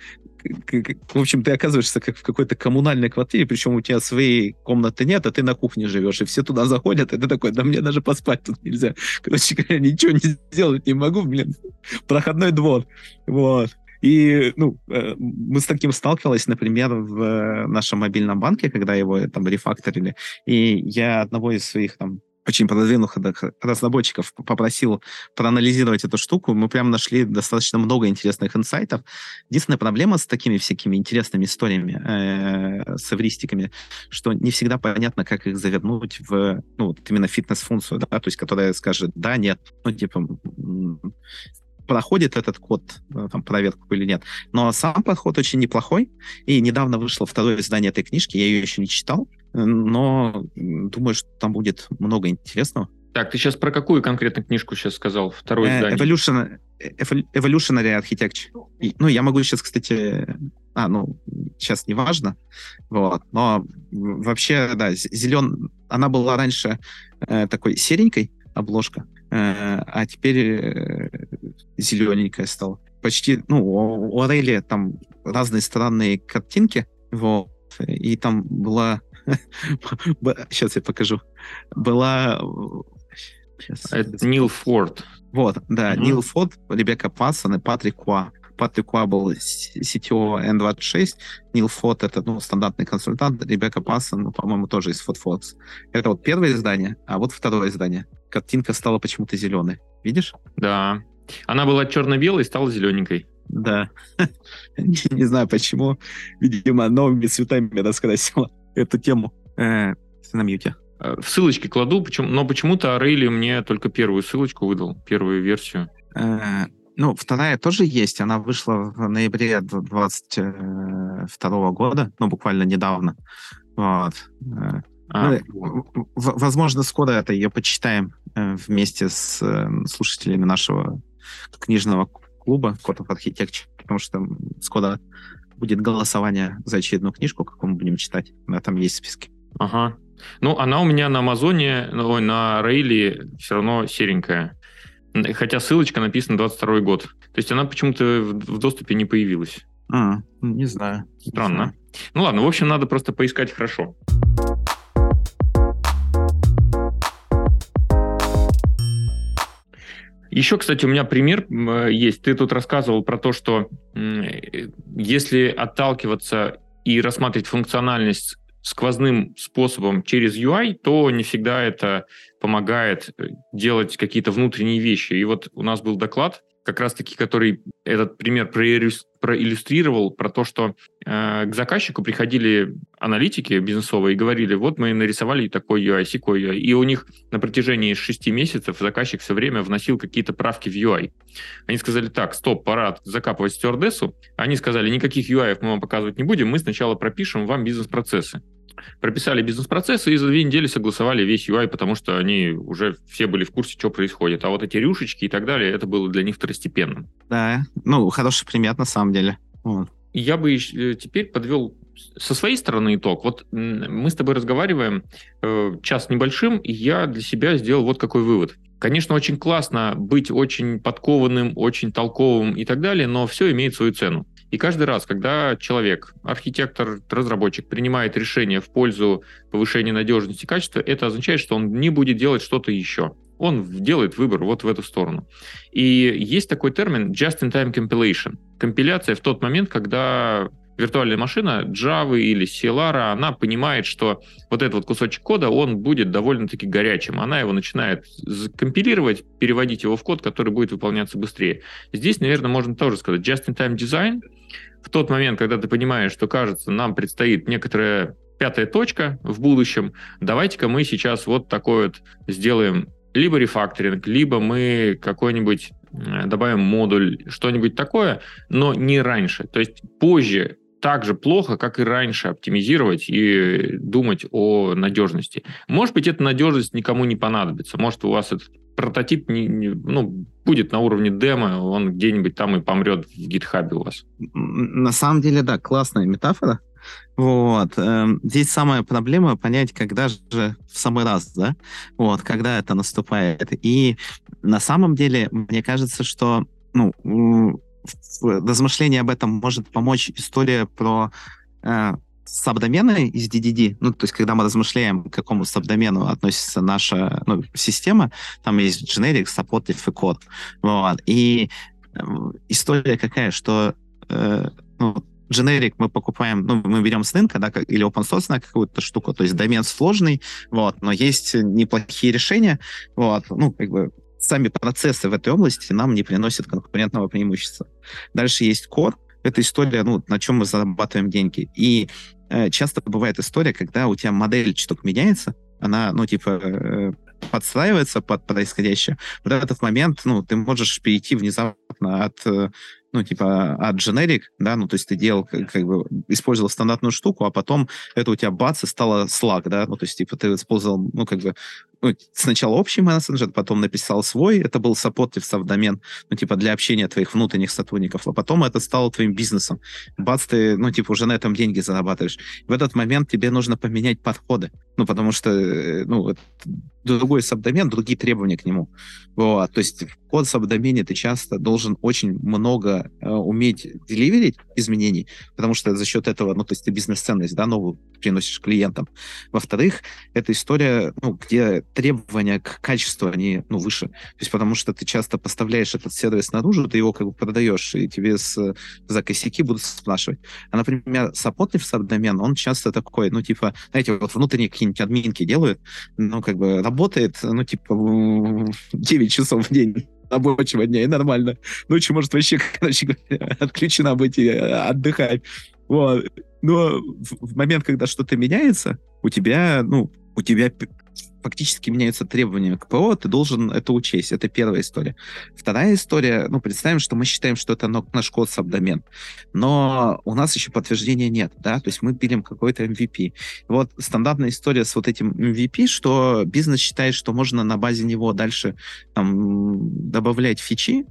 как в общем, ты оказываешься как в какой-то коммунальной квартире, причем у тебя своей комнаты нет, а ты на кухне живешь, и все туда заходят, и ты такой, да мне даже поспать тут нельзя. Короче говоря, ничего не сделать не могу, блин, проходной двор, вот. И, ну, мы с таким сталкивались, например, в нашем мобильном банке, когда его там рефакторили, и я одного из своих там очень продвинутых разработчиков попросил проанализировать эту штуку. Мы прям нашли достаточно много интересных инсайтов. Единственная проблема с такими всякими интересными историями, э, с эвристиками, что не всегда понятно, как их завернуть в, ну, вот именно фитнес-функцию, да, то есть которая скажет «да», «нет», ну, типа... проходит этот код, там, проверку или нет. Но сам подход очень неплохой, и недавно вышло второе издание этой книжки, я ее еще не читал, но думаю, что там будет много интересного. Так, ты сейчас про какую конкретно книжку сейчас сказал? Второе издание? Evolution, Evolutionary Architecture. И, ну, я могу сейчас, кстати... А, ну, сейчас не важно. Вот. Но вообще, да, зелен... Она была раньше э, такой серенькой, обложка, а теперь зелененькая стала. Почти, ну, у Орели там разные странные картинки, вот, и там была... Сейчас я покажу. Была... Сейчас. Это Нил Форд. Вот, да, угу. Нил Форд, Ребекка Пассон и Патрик Куа. Патрик Куа был си ти о эн двадцать шесть, Нил Форд — это, ну, стандартный консультант, Ребекка Пассон, ну, по-моему, тоже из FortFox. Это вот первое издание, а вот второе издание. Картинка стала почему-то зеленой. Видишь? Да. Она была черно-белой, стала зелененькой. Да. Не знаю почему. Видимо, новыми цветами раскрасила эту тему. Ты на мьюте. В ссылочке кладу, но почему-то Орели мне только первую ссылочку выдал, первую версию. Ну, вторая тоже есть. Она вышла в ноябре двадцать второго года, ну, буквально недавно. Вот. Э, А, Мы, в- в- возможно, скоро это ее почитаем э, вместе с э, слушателями нашего книжного клуба Code of Architecture, потому что скоро будет голосование за очередную книжку, какую мы будем читать. Она там есть в списке. ага. Ну, она у меня на Амазоне, ну, ой, на Рейле все равно серенькая. Н- Хотя ссылочка написана двадцать второй год. То есть она почему-то в, в доступе не появилась. А, не знаю. не Странно. знаю. Ну ладно, в общем, надо просто поискать хорошо. Еще, кстати, у меня пример м, э, есть. Ты тут рассказывал про то, что м, э, если отталкиваться и рассматривать функциональность сквозным способом через ю ай, то не всегда это помогает э, делать какие-то внутренние вещи. И вот у нас был доклад, как раз-таки, который этот пример проиллюс- проиллюстрировал, про то, что э, к заказчику приходили аналитики бизнесовые и говорили, вот мы нарисовали такой ю ай, сякой ю ай. И у них на протяжении шести месяцев заказчик все время вносил какие-то правки в ю ай. Они сказали, так, стоп, пора закапывать стюардессу. Они сказали, никаких ю ай мы вам показывать не будем, мы сначала пропишем вам бизнес-процессы. Прописали бизнес-процессы и за две недели согласовали весь ю ай, потому что они уже все были в курсе, что происходит. А вот эти рюшечки и так далее, это было для них второстепенным. Да, ну, хороший пример на самом деле. Вот. И я бы ещё, э, теперь подвел со своей стороны итог. Вот м, мы с тобой разговариваем э, час небольшим, и я для себя сделал вот какой вывод. Конечно, очень классно быть очень подкованным, очень толковым и так далее, но все имеет свою цену. И каждый раз, когда человек, архитектор, разработчик принимает решение в пользу повышения надежности и качества, это означает, что он не будет делать что-то еще. Он делает выбор вот в эту сторону. И есть такой термин just-in-time compilation. Компиляция в тот момент, когда виртуальная машина Java или си эл ар, она понимает, что вот этот вот кусочек кода, он будет довольно-таки горячим. Она его начинает компилировать, переводить его в код, который будет выполняться быстрее. Здесь, наверное, можно тоже сказать just-in-time design. В тот момент, когда ты понимаешь, что, кажется, нам предстоит некоторая пятая точка в будущем, давайте-ка мы сейчас вот такой вот сделаем либо рефакторинг, либо мы какой-нибудь э, добавим модуль, что-нибудь такое, но не раньше. То есть позже так же плохо, как и раньше оптимизировать и думать о надежности. Может быть, эта надежность никому не понадобится. Может, у вас этот прототип не, не- ну, будет на уровне демо, он где-нибудь там и помрет в гитхабе у вас. М, На самом деле, да, классная метафора. Вот. эм, Здесь самая проблема понять, когда же в самый раз, да, вот, когда это наступает. И на самом деле, мне кажется, что, ну, м, в размышлении об этом может помочь история про э, сабдомены из ди ди ди. Ну, то есть, когда мы размышляем, к какому сабдомену относится наша, ну, система, там есть generic, supportive и код. Вот. И э, история какая, что э, ну, generic мы покупаем, ну, мы берем с рынка, да, как, или open source на какую-то штуку, то есть домен сложный, вот, но есть неплохие решения, вот, ну, как бы сами процессы в этой области нам не приносят конкурентного преимущества. Дальше есть код, это история, ну, на чем мы зарабатываем деньги. И э, часто бывает история, когда у тебя модель что-то меняется, она, ну, типа, э, подстраивается под происходящее. Вот в этот момент, ну, ты можешь перейти внезапно от, э, ну, типа, от generic, да, ну, то есть ты делал, как, как бы, использовал стандартную штуку, а потом это у тебя бац, и стало Slack, да, ну, то есть, типа, ты использовал, ну, как бы, ну, сначала общий мессенджер, потом написал свой, это был supportive subdoмен, ну, типа, для общения твоих внутренних сотрудников, а потом это стало твоим бизнесом. Бац, ты, ну, типа, уже на этом деньги зарабатываешь. В этот момент тебе нужно поменять подходы, ну, потому что, э, ну, это другой сабдомен, другие требования к нему. Вот. То есть в код сабдомене ты часто должен очень много э, уметь деливерить изменений, потому что за счет этого, ну, то есть ты бизнес-ценность, да, новую приносишь клиентам. Во-вторых, это история, ну, где требования к качеству, они, ну, выше. То есть потому что ты часто поставляешь этот сервис наружу, ты его как бы продаешь, и тебе с, за косяки будут спрашивать. А, например, supportive сабдомен, он часто такой, ну, типа, знаете, вот внутренние какие-нибудь админки делают, ну, как бы работает, ну, типа, девять часов в день рабочего дня, и нормально. Ночью может вообще, короче говоря, отключена быть и отдыхать. Вот. Но в, в момент, когда что-то меняется, у тебя, ну, у тебя фактически меняются требования к ПО, ты должен это учесть. Это первая история. Вторая история, ну, представим, что мы считаем, что это наш код сабдомен, но у нас еще подтверждения нет, да, то есть мы пилим какой-то эм ви пи. И вот стандартная история с вот этим эм ви пи, что бизнес считает, что можно на базе него дальше там добавлять фичи,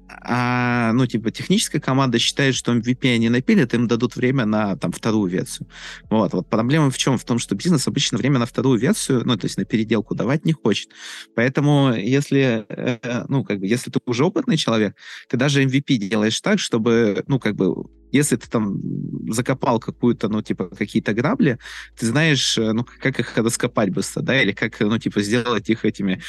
а, ну, типа, техническая команда считает, что эм ви пи они напилят, им дадут время на, там, вторую версию. Вот, вот проблема в чем? В том, что бизнес обычно время на вторую версию, ну, то есть на переделку давать не хочет. Поэтому, если, э, ну, как бы, если ты уже опытный человек, ты даже эм ви пи делаешь так, чтобы, ну, как бы, если ты там закопал какую-то, ну, типа, какие-то грабли, ты знаешь, ну, как их раскопать быстро, да, или как, ну, типа, сделать их этими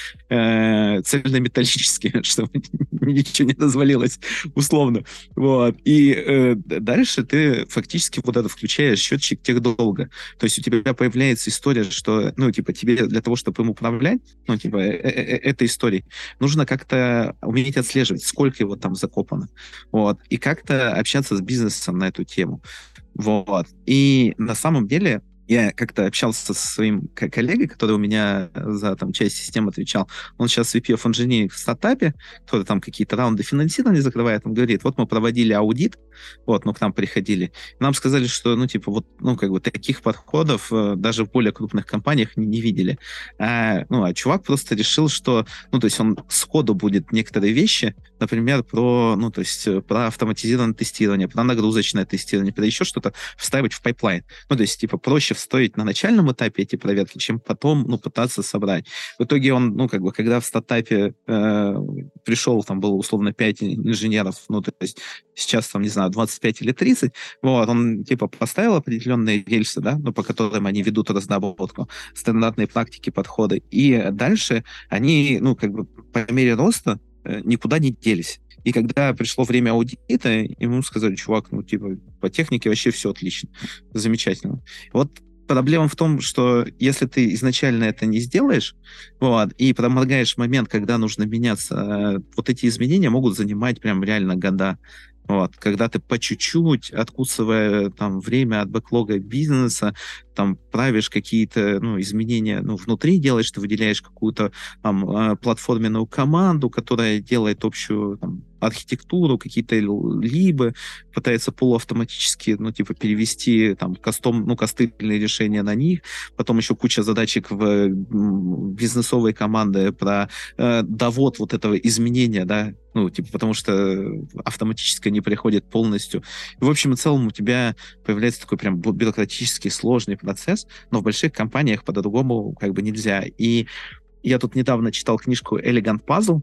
э, цельнометаллическими, чтобы ничего не развалилось, условно. Вот. И э, дальше ты фактически вот это включаешь счетчик техдолга. То есть у тебя появляется история, что, ну, типа, тебе для того, чтобы им управлять, ну, типа, э -э -э этой историей, нужно как-то уметь отслеживать, сколько его там закопано. Вот. И как-то общаться с бизнесом на эту тему. Вот. И на самом деле я как-то общался со своим коллегой, который у меня за там, часть системы отвечал. Он сейчас ви пи of Engineering в стартапе, который там какие-то раунды финансирования закрывает. Он говорит, вот мы проводили аудит, вот, ну, к нам приходили. Нам сказали, что, ну, типа, вот, ну, как бы таких подходов э, даже в более крупных компаниях не, не видели. А, ну, а чувак просто решил, что, ну, то есть он сходу будет некоторые вещи, например, про, ну, то есть про автоматизированное тестирование, про нагрузочное тестирование, про еще что-то вставить в пайплайн. Ну, то есть, типа, проще встроить на начальном этапе эти проверки, чем потом, ну, пытаться собрать. В итоге он, ну, как бы, когда в стартапе э, пришел, там было, условно, пять инженеров, ну, то есть сейчас, там, не знаю, двадцать пять или тридцать, вот, он, типа, поставил определенные рельсы, да, ну, по которым они ведут разработку, стандартные практики, подходы, и дальше они, ну, как бы, по мере роста никуда не делись. И когда пришло время аудита, ему сказали, чувак, ну, типа, по технике вообще все отлично, замечательно. Вот проблема в том, что если ты изначально это не сделаешь, вот, и проморгаешь момент, когда нужно меняться, вот эти изменения могут занимать прям реально года. Вот, когда ты по чуть-чуть, откусывая там время от бэклога бизнеса, там правишь какие-то, ну, изменения, ну, внутри делаешь, ты выделяешь какую-то там платформенную команду, которая делает общую там архитектуру, какие-то либо пытается полуавтоматически, ну, типа, перевести там кастом, ну, костыльные решения на них, потом еще куча задачек в бизнесовой команды про э, довод вот этого изменения, да, ну, типа, потому что автоматически не приходит полностью. И, в общем и целом у тебя появляется такой прям бюрократический сложный процесс, но в больших компаниях по-другому как бы нельзя. И я тут недавно читал книжку «Elegant Puzzle»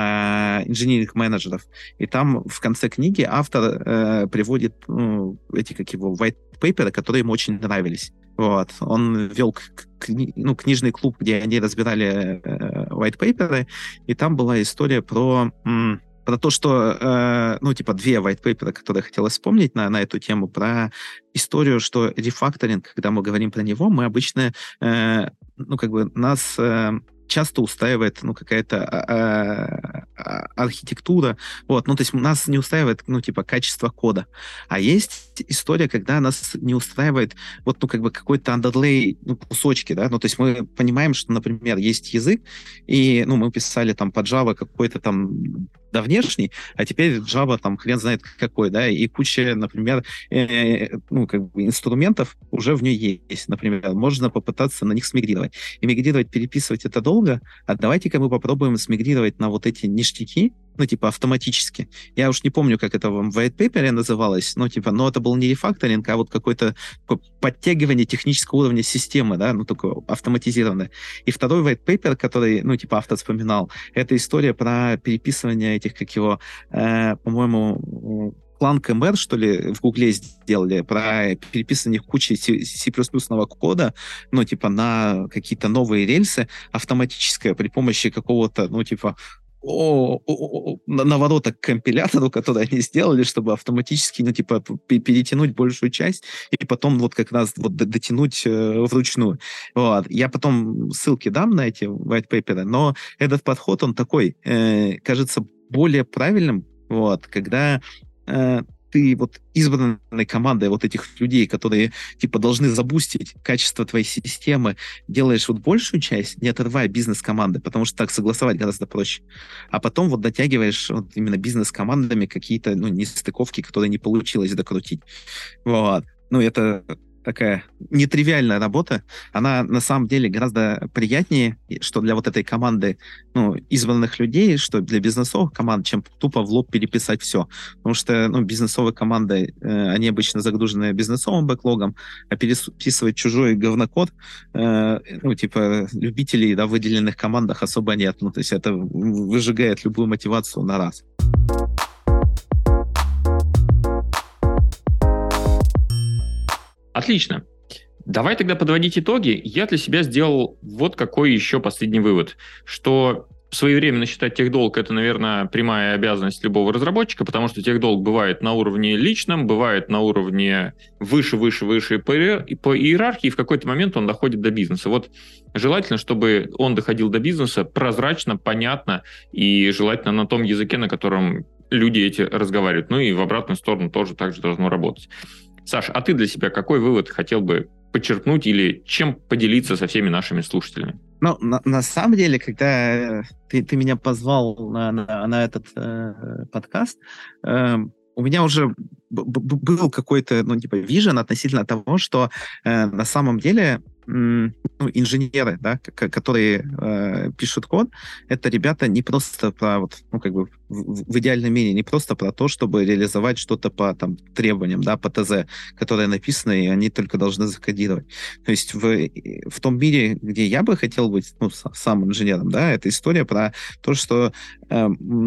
про инжиниринг-менеджеров, и там в конце книги автор э, приводит ну, эти, как его, white paper, которые ему очень нравились. Вот. Он вел кни- ну, книжный клуб, где они разбирали э, white paper, и там была история про... М- про то, что, э, ну, типа, две white paper, которые я хотел вспомнить на, на эту тему, про историю, что рефакторинг, когда мы говорим про него, мы обычно, э, ну, как бы, нас... Э, часто устраивает, ну, какая-то а, а, архитектура, вот, ну, то есть нас не устраивает, ну, типа, качество кода. А есть история, когда нас не устраивает, вот, ну, как бы какой-то underlay, ну, кусочки, да, ну, то есть мы понимаем, что, например, есть язык, и, ну, мы писали там под Java какой-то там да, внешний, а теперь Java там хрен знает какой, да, и куча, например, э, ну, как бы инструментов уже в ней есть, например, можно попытаться на них смигрировать. И мигрировать, переписывать это долго, а давайте-ка мы попробуем смигрировать на вот эти ништяки, ну, типа, автоматически. Я уж не помню, как это в white paper называлось, ну, типа, но это был не рефакторинг, а вот какое-то подтягивание технического уровня системы, да, ну, такое автоматизированное. И второй white paper, который, ну, типа, автор вспоминал, это история про переписывание этих, как его, э, по-моему, план ка эм эр, что ли, в Гугле сделали, про переписывание кучи C++ кода, ну, типа, на какие-то новые рельсы автоматическое при помощи какого-то, ну, типа, о, о, о, наворота к компилятору, который они сделали, чтобы автоматически, ну, типа, перетянуть большую часть и потом вот как раз вот дотянуть э, вручную. Вот. Я потом ссылки дам на эти white paper, но этот подход, он такой, э, кажется, более правильным, вот, когда э, ты вот избранной командой вот этих людей, которые, типа, должны забустить качество твоей системы, делаешь вот большую часть, не отрывая бизнес-команды, потому что так согласовать гораздо проще. А потом вот дотягиваешь вот именно бизнес-командами какие-то, ну, нестыковки, которые не получилось докрутить. Вот. Ну, это такая нетривиальная работа. Она на самом деле гораздо приятнее, что для вот этой команды, ну, избранных людей, что для бизнесовых команд, чем тупо в лоб переписать все. Потому что, ну, бизнесовые команды, э, они обычно загружены бизнесовым бэклогом, а переписывать чужой говнокод, э, ну, типа, любителей, да, в выделенных командах особо нет. Ну, то есть это выжигает любую мотивацию на раз. Отлично. Давай тогда подводить итоги. Я для себя сделал вот какой еще последний вывод, что своевременно считать техдолг – это, наверное, прямая обязанность любого разработчика, потому что техдолг бывает на уровне личном, бывает на уровне выше, выше, выше по иерархии, и в какой-то момент он доходит до бизнеса. Вот желательно, чтобы он доходил до бизнеса прозрачно, понятно и желательно на том языке, на котором люди эти разговаривают. Ну и в обратную сторону тоже так же должно работать. Саш, а ты для себя какой вывод хотел бы подчеркнуть или чем поделиться со всеми нашими слушателями? Ну, на, на самом деле, когда ты, ты меня позвал на, на, на этот э, подкаст, э, у меня уже б- б- был какой-то, ну, типа, вижен относительно того, что э, на самом деле м, ну, инженеры, да, к- которые э, пишут код, это ребята не просто про, вот, ну, как бы, в, в идеальном мире, не просто про то, чтобы реализовать что-то по там, требованиям, да, по ТЗ, которое написано, и они только должны закодировать. То есть в, в том мире, где я бы хотел быть, ну, сам инженером, да, это история про то, что э,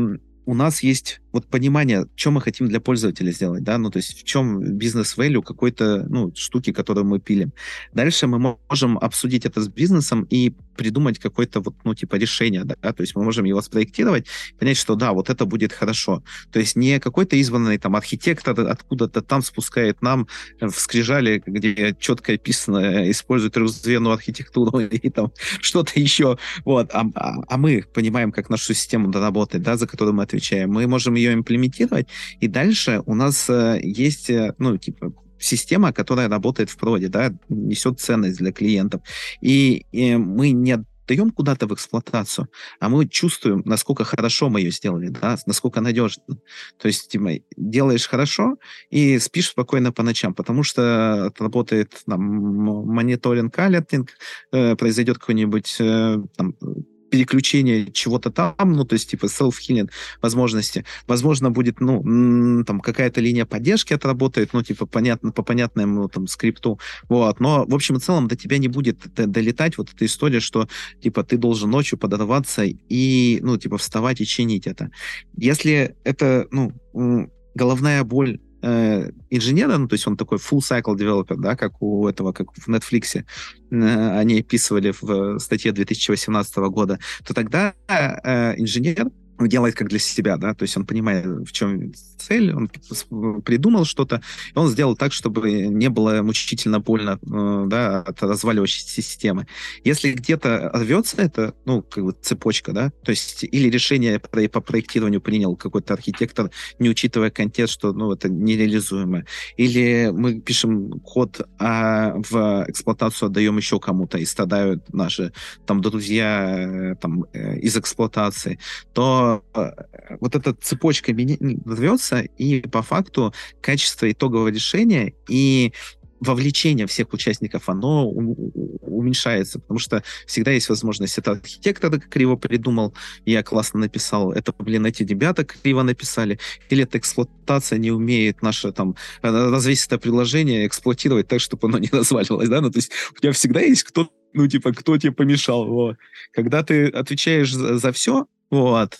у нас есть вот понимание, что мы хотим для пользователя сделать, да, ну, то есть в чем бизнес-value какой-то, ну, штуки, которую мы пилим. Дальше мы можем обсудить это с бизнесом и придумать какое-то вот, ну, типа, решение, да, то есть мы можем его спроектировать, понять, что да, вот это будет хорошо. То есть не какой-то избранный там архитектор откуда-то там спускает нам в скрижали, где четко описано, использует трехзвенную архитектуру и там что-то еще, вот, а, а, а мы понимаем, как нашу систему доработать, да, за которую мы отвечаем. Мы можем ее имплементировать, и дальше у нас э, есть, э, ну, типа, система, которая работает в проде, да, несет ценность для клиентов. И, и мы не отдаем куда-то в эксплуатацию, а мы чувствуем, насколько хорошо мы ее сделали, да, насколько надежно. То есть, типа, делаешь хорошо и спишь спокойно по ночам, потому что работает там мониторинг, алертинг, э, произойдет какой-нибудь э, там, переключение чего-то там, ну, то есть, типа, self-healing возможности. Возможно, будет, ну, там, какая-то линия поддержки отработает, ну, типа, понятно, по понятному, там, скрипту, вот. Но, в общем и целом, до тебя не будет долетать вот эта история, что, типа, ты должен ночью подорваться и, ну, типа, вставать и чинить это. Если это, ну, головная боль инженера, ну, то есть он такой full cycle developer, да, как у этого, как в Netflix, э, они описывали в статье две тысячи восемнадцатого года, то тогда э, инженер делает как для себя, да, то есть он понимает, в чем цель, он придумал что-то, и он сделал так, чтобы не было мучительно больно, э, да, от разваливающейся системы. Если где-то рвется это, ну, как бы цепочка, да, то есть или решение по, по проектированию принял какой-то архитектор, не учитывая контекст, что, ну, это нереализуемо, или мы пишем код, а в эксплуатацию отдаем еще кому-то, и страдают наши там друзья там, из эксплуатации, то вот эта цепочка рвется, и по факту качество итогового решения и вовлечение всех участников, оно уменьшается, потому что всегда есть возможность, это архитектор криво придумал, я классно написал, это, блин, эти ребята криво написали, или это эксплуатация не умеет наше там развесистое приложение эксплуатировать так, чтобы оно не разваливалось, да, ну, то есть у тебя всегда есть кто, ну, типа, кто тебе помешал, вот. Когда ты отвечаешь за, за все, вот,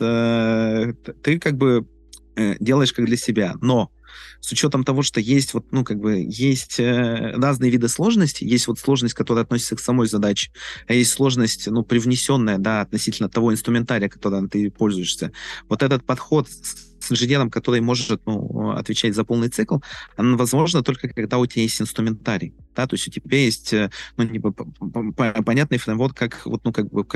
э, ты как бы э, делаешь как для себя, но с учетом того, что есть вот, ну, как бы, есть э, разные виды сложности, есть вот сложность, которая относится к самой задаче, а есть сложность, ну, привнесенная, да, относительно того инструментария, которым ты пользуешься. Вот этот подход с инженером, который может, ну, отвечать за полный цикл, он возможно только когда у тебя есть инструментарий, да, то есть у тебя есть, ну, типа, понятный фреймворк, как, вот, ну, как бы, как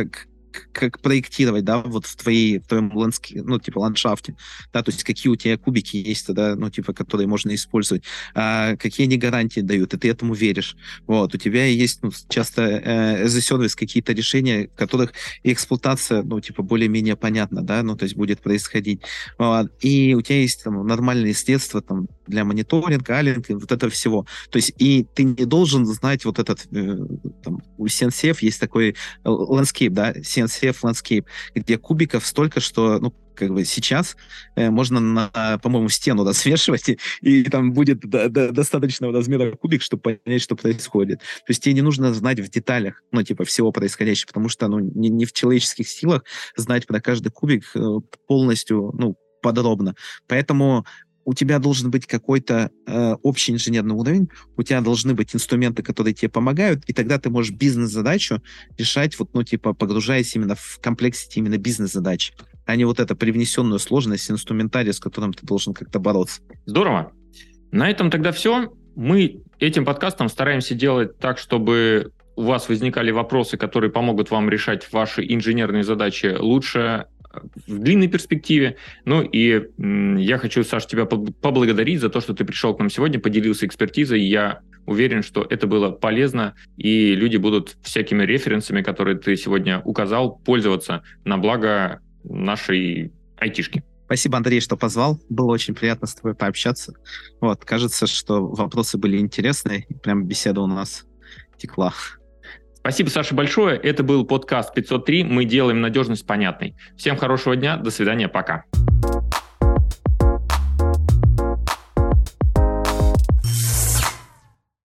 как проектировать, да, вот в твоей, в твоем ландске, ну, типа, ландшафте, да, то есть какие у тебя кубики есть, да, ну, типа, которые можно использовать, а какие они гарантии дают, и ты этому веришь. Вот, у тебя есть, ну, часто э, as a service какие-то решения, в которых и эксплуатация, ну, типа, более-менее понятна, да, ну, то есть будет происходить. Вот, и у тебя есть там нормальные средства там для мониторинга, алинга, вот этого всего. То есть и ты не должен знать вот этот, э, там, у си эн си эф есть такой landscape, да, си эн си эф landscape, где кубиков столько, что, ну, как бы сейчас э, можно, на, по-моему, стену досвешивать, и, и там будет до, до, достаточного размера кубик, чтобы понять, что происходит. То есть тебе не нужно знать в деталях, ну, типа, всего происходящего, потому что, ну, не, не в человеческих силах знать про каждый кубик э, полностью, ну, подробно. Поэтому у тебя должен быть какой-то э, общий инженерный уровень, у тебя должны быть инструменты, которые тебе помогают, и тогда ты можешь бизнес-задачу решать, вот, ну, типа, погружаясь именно в комплексити именно бизнес-задачи, а не вот эту привнесенную сложность инструментария, с которым ты должен как-то бороться. Здорово. На этом тогда все. Мы этим подкастом стараемся делать так, чтобы у вас возникали вопросы, которые помогут вам решать ваши инженерные задачи лучше, в длинной перспективе. Ну и м, я хочу, Саша, тебя поблагодарить за то, что ты пришел к нам сегодня, поделился экспертизой. Я уверен, что это было полезно, и люди будут всякими референсами, которые ты сегодня указал, пользоваться на благо нашей айтишки. Спасибо, Андрей, что позвал. Было очень приятно с тобой пообщаться. Вот, кажется, что вопросы были интересные, и прям беседа у нас текла. Спасибо, Саша, большое. Это был подкаст пятьсот три. Мы делаем надежность понятной. Всем хорошего дня. До свидания. Пока.